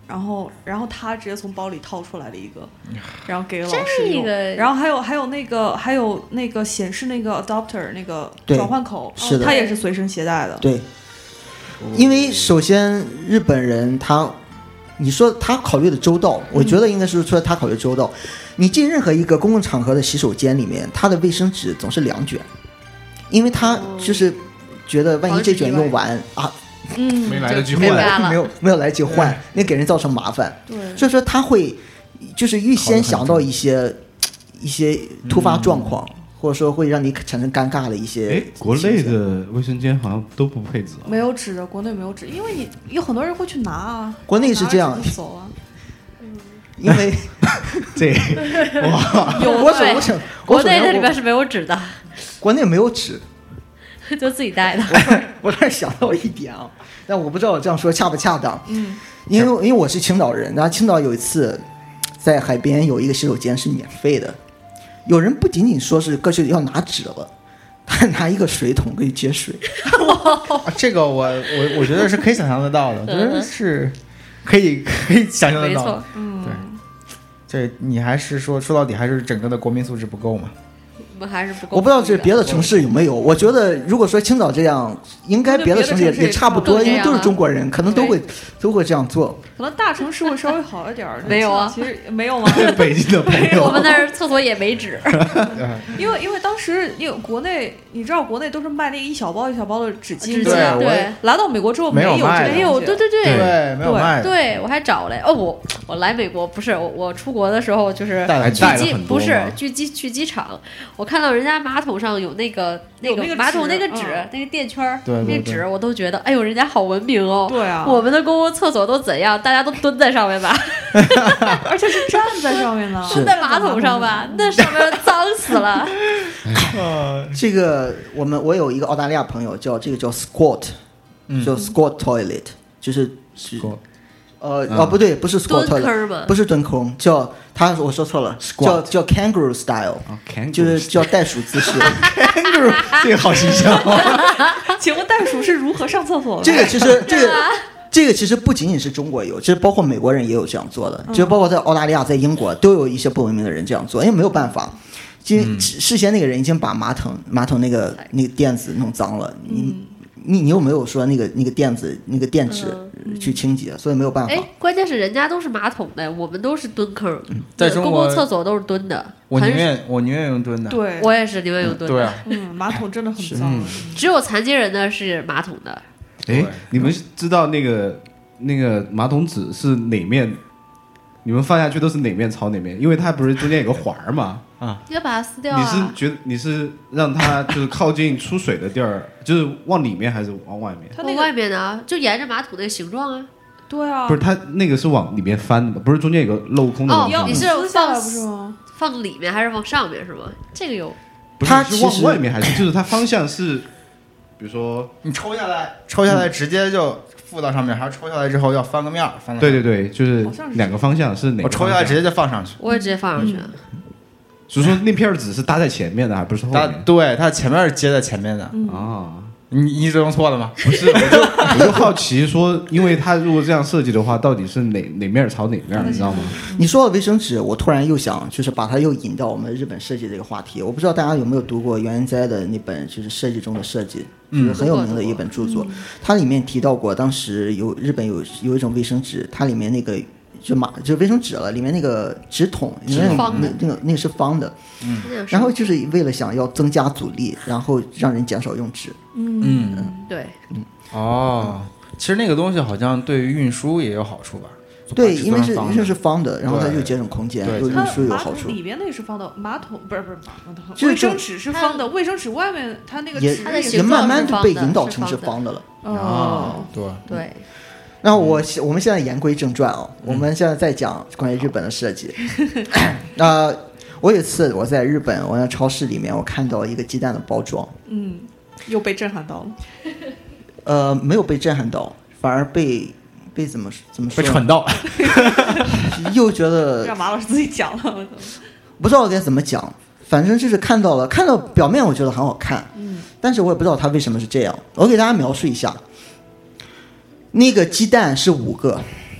然后他直接从包里掏出来了一个，然后给老师用。 这个然后还有那个显示那个 adapter 那个转换口， 是的， 他也是随身携带的。 对，因为首先日本人你说他考虑的周到，我觉得应该是说他考虑周到。你进任何一个公共场合的洗手间里面，他的卫生纸总是2卷，因为他就是觉得万一这卷用完啊， 没来得及换，没有来得及换，那给人造成麻烦。 对， 所以说他会就是预先想到一些突发状况，或者说会让你产生尴尬的一些。 国内的卫生间好像都不配纸， 没有纸的，国内没有纸，因为你有很多人会去拿啊。 国内是这样， 走啊。 因为这哇， 我想国内那里边是没有纸的， 国内没有纸， 就自己带的。 我突然想到一点啊，但我不知道我这样说恰不恰当。因为我是青岛人，然后青岛有一次在海边有一个洗手间是免费的，有人不仅仅说是过去要拿纸了，他拿一个水桶可以接水。 这个我觉得是可以想象得到的，我觉得是可以想象得到的。对。这你还是说到底还是整个的国民素质不够嘛？ 我们还是不够。 我不知道这别的城市有没有，我觉得如果说青岛这样，应该别的城市也差不多，因为都是中国人，可能都会这样做。 可能大城市会稍微好一点。 没有啊， 其实没有吗？ 北京的朋友， 我们那儿厕所也没纸。 因为当时国内，你知道国内都是卖那一小包一小包的纸巾， 对， 来到美国之后没有没有， 对， 没有卖。 对，我还找了我来美国不是我出国的时候就是去机场，我看到人家马桶上有那个马桶那个纸，那个垫圈，那纸我都觉得，哎呦，人家好文明哦。 对啊， 我们的公共厕所都怎样？大家都蹲在上面吧， 而且是站在上面呢， 蹲在马桶上吧，那上面脏死了。 这个我有一个澳大利亚朋友叫 squat， 叫 squat toilet， 就是。不对，不是 squat toilet， 不是蹲坑，我说错了，叫 kangaroo style， 就是叫袋鼠姿势。 kangaroo 这个好形象。 请问袋鼠是如何上厕所的？ 这个其实不仅仅是中国有，其实包括美国人也有这样做的，就包括在澳大利亚、在英国都有一些不文明的人这样做，因为没有办法，事先那个人已经把马桶那个垫子弄脏了，你有没有说那个垫子那个垫纸去清洁？所以没有办法。 关键是人家都是马桶的，我们都是蹲坑， 在中国公共厕所都是蹲的。 我宁愿用蹲的。 对， 我也是宁愿用蹲的。 对啊， 马桶真的很脏。 只有残疾人的是马桶的。 你们知道那个马桶纸是哪面？你们放下去都是哪面朝哪面？因为它不是中间有个环嘛。 要把它撕掉啊！ 你是让它就是靠近出水的地儿，就是往里面还是往外面？ 往外面呢，就沿着马桶那个形状啊。 对啊， 不是它那个是往里面翻的吗？不是中间有个镂空的地方？ 你是放里面还是放上面是吗？这个有。 不是往外面还是就是它方向是，比如说你抽下来直接就附到上面，还是抽下来之后要翻个面翻？ 对，就是两个方向是哪个？ 我抽下来直接就放上去。 我也直接放上去。 所以说那片纸是搭在前面的，还不是后面？ 对，它前面是接在前面的。你这用错了吗？ 不是，我就好奇说，因为它如果这样设计的话，到底是哪面朝哪面，你知道吗？ 你说到卫生纸，我突然又想，就是把它又引到我们日本设计这个话题。我不知道大家有没有读过原研哉的那本，就是设计中的设计，就是很有名的一本著作。它里面提到过，当时日本有一种卫生纸，它里面那个。就卫生纸了，里面那个纸筒，里面那个是方的，然后就是为了想要增加阻力，然后让人减少用纸。 对， 其实那个东西好像对于运输也有好处吧？ 对，因为是方的，然后它就节省空间，对运输有好处。 里边那个是方的，马桶不是马桶，卫生纸是方的，卫生纸外面它那个也慢慢的被引导成是方的了。 对。 那我们现在言归正传啊，我们现在在讲关于日本的设计。我有一次我在日本，我在超市里面，我看到一个鸡蛋的包装， 又被震撼到了。 没有被震撼到，反而被怎么说？ 被蠢到， 又觉得让马老师自己讲了， 不知道该怎么讲，反正就是看到表面我觉得很好看，但是我也不知道它为什么是这样。我给大家描述一下。那个鸡蛋是5个，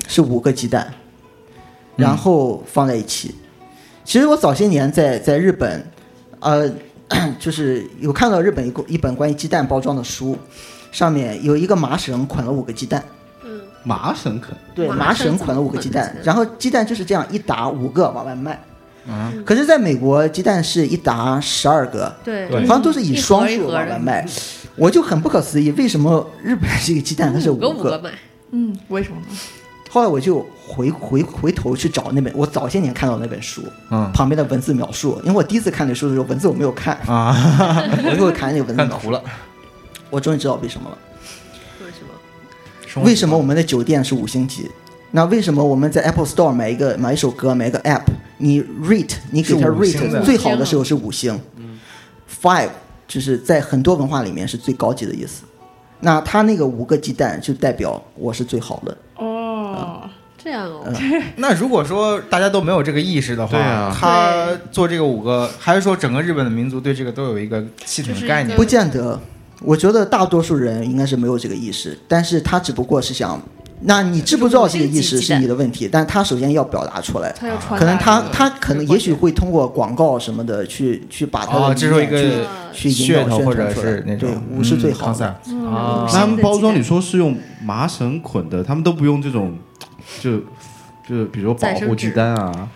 是5个鸡蛋，然后放在一起。其实我早些年在日本，就是有看到日本一本关于鸡蛋包装的书，上面有一个麻绳捆了5个鸡蛋。 麻绳捆？ 对，麻绳捆了5个鸡蛋，然后鸡蛋就是这样一打5个往外卖。可是在美国鸡蛋是一打12个， 对， 好像都是以双数往外卖。我就很不可思议，为什么日本这个鸡蛋它是5个卖？ 为什么呢？ 后来我就回头去找那本我早些年看到那本书，旁边的文字描述，因为我第一次看那书的时候文字我没有看啊，我就看那个文字描述了，我终于知道为什么了。为什么我们的酒店是5星级？那为什么我们在 Apple Store 买一首歌，买一个 App， 你 rate 你给它 rate 最好的时候是5星，5就是在很多文化里面是最高级的意思。那他那个5个鸡蛋就代表我是最好的。 这样哦。 那如果说大家都没有这个意识的话，他做这个5个，还是说整个日本的民族对这个都有一个系统的概念？ 不见得。我觉得大多数人应该是没有这个意识，但是他只不过是想，那你知不知道这个意识是你的问题，但他首先要表达出来，可能他可能也许会通过广告什么的去把他的这是一个去引导或者是那种对5是最好的。 他们包装你说是用麻绳捆的，他们都不用这种就比如保护鸡蛋啊。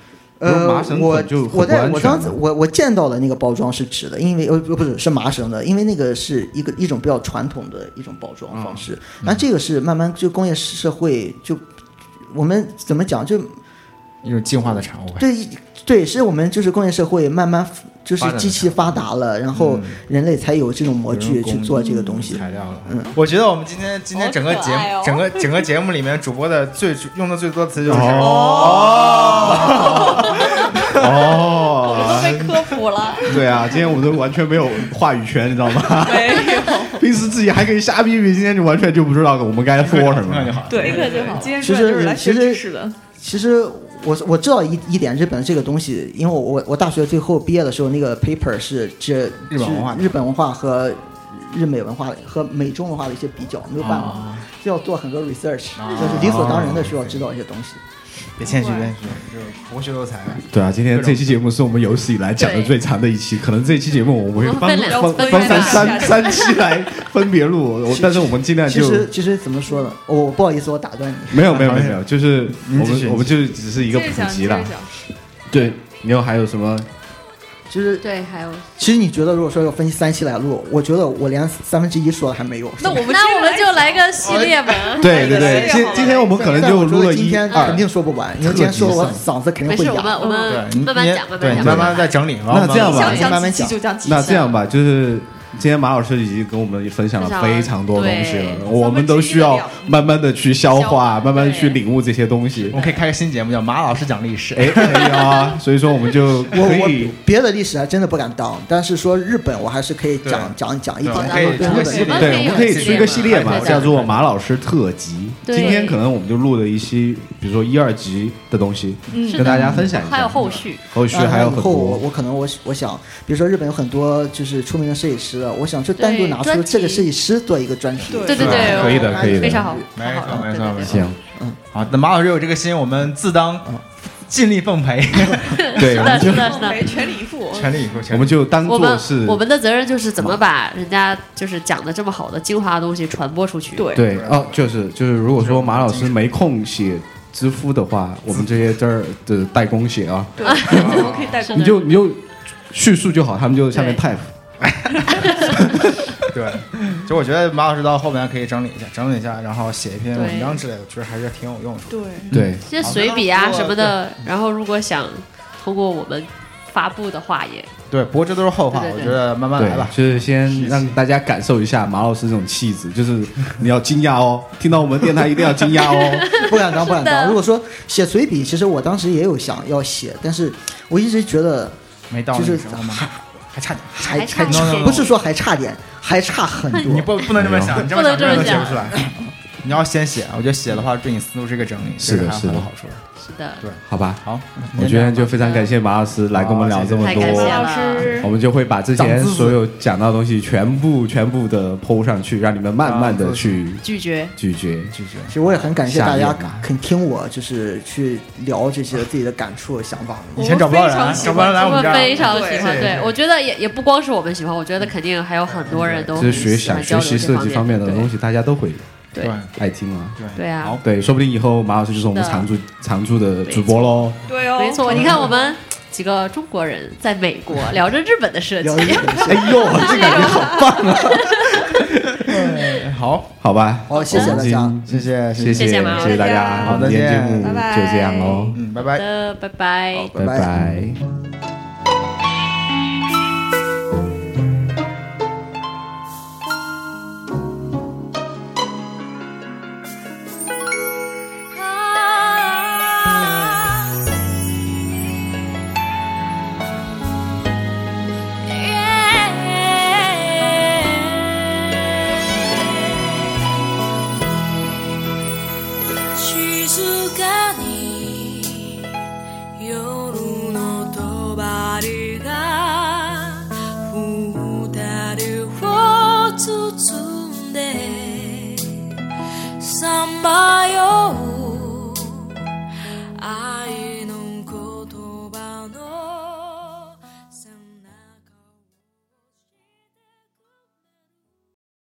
我见到的那个包装是纸的，因为不是麻绳的，因为那个是一种比较传统的一种包装方式。那这个是慢慢就工业社会就我们怎么讲就一种进化的产物。 对，是我们就是工业社会慢慢就是机器发达了，然后人类才有这种模具去做这个东西。 材料了。我觉得我们今天整个节目里面主播的用的最多的词就是我都被科普了。 对啊，今天我们都完全没有话语权，你知道吗？ 没有。 平时自己还可以瞎逼逼，今天就完全就不知道我们该说什么。 对，立刻就好。今天就是来学知识的。 其实我知道一点，日本这个东西，因为我大学最后毕业的时候，那个 paper 是日本文化和日美文化和美中文化的一些比较，没有办法，就要做很多 research，就是理所当然的需要知道一些东西。 别谦虚，就是博学多才。 对啊，今天这期节目是我们有史以来讲的最长的一期，可能这期节目我们会分三期来分别录，但是我们尽量就其实怎么说呢？我不好意思，我打断你。 没有，就是我们就只是一个普及了。对，你还有什么？ 就是对，还有。 其实你觉得，如果说要分析3期来录，我觉得我连1/3说的还没有。 那我们就来个系列吧。 对，今天我们可能就录了今天肯定说不完，因为今天说我嗓子肯定会哑。 我们慢慢讲， 慢慢再整理。 那这样吧， 慢慢讲。 那这样吧，就是今天马老师已经跟我们分享了非常多东西了，我们都需要慢慢的去消化，慢慢去领悟这些东西。 我们可以开个新节目叫马老师讲历史。 可以啊，所以说我们就可以。 我别的历史还真的不敢当，但是说日本我还是可以讲一点。 对，我们可以出一个系列嘛，叫做马老师特辑。今天可能我们就录了一些，比如说1、2集的东西，跟大家分享一下。 还有后续还有很多。 我可能我想，比如说日本有很多就是出名的设计师，我想就单独拿出这个设计师做一个专题。 对， 可以的， 非常好， 没错。 行， 好，那马老师有这个心，我们自当尽力奉陪。 对，是的， 全力以赴。 我们就当做是我们的责任，就是怎么把人家就是讲的这么好的精华的东西传播出去。 对，就是如果说马老师没空写知乎的话，我们这些这儿的代工写啊， 对，我们可以代工。 你就叙述就好，他们就下面 type。 对，就我觉得马老师到后面可以整理一下，然后写一篇文章之类的，其实还是挺有用处。 对， 这些随笔啊什么的，然后如果想通过我们发布的话也对，不过这都是后话，我觉得慢慢来吧。 就是先让大家感受一下马老师这种气质，就是你要惊讶哦，听到我们电台一定要惊讶哦。 不敢当。如果说写随笔，其实我当时也有想要写，但是我一直觉得没到就是还差点， 还不是说还差点，还差很多。 你不能这么想， 不能这么写不出来。 你要先写，我觉得写的话对你思路是一个整理， 是的， 还有很多好处。 是的， 对， 好吧， 好， 我觉得就非常感谢马老师来跟我们聊这么太感谢多， 了。 我们就会把之前所有讲到的东西全部的抛上去，让你们慢慢的去拒绝。 其实我也很感谢大家肯听我，就是去聊这些自己的感触和想法。 以前找不到人来我们这儿， 非常喜欢。对，我觉得也不光是我们喜欢，我觉得肯定还有很多人都想学习设计方面的东西，大家都会。 对， 爱听啊， 对啊， 对，说不定以后马老师就是我们常驻的主播喽。 对哦， 没错，你看我们几个中国人在美国聊着日本的设计， 哎呦，这感觉好棒啊！好吧， 好，谢谢大家， 谢谢大家， 好， 今天节目拜拜， 就这样喽， 拜拜， 拜拜， 拜拜。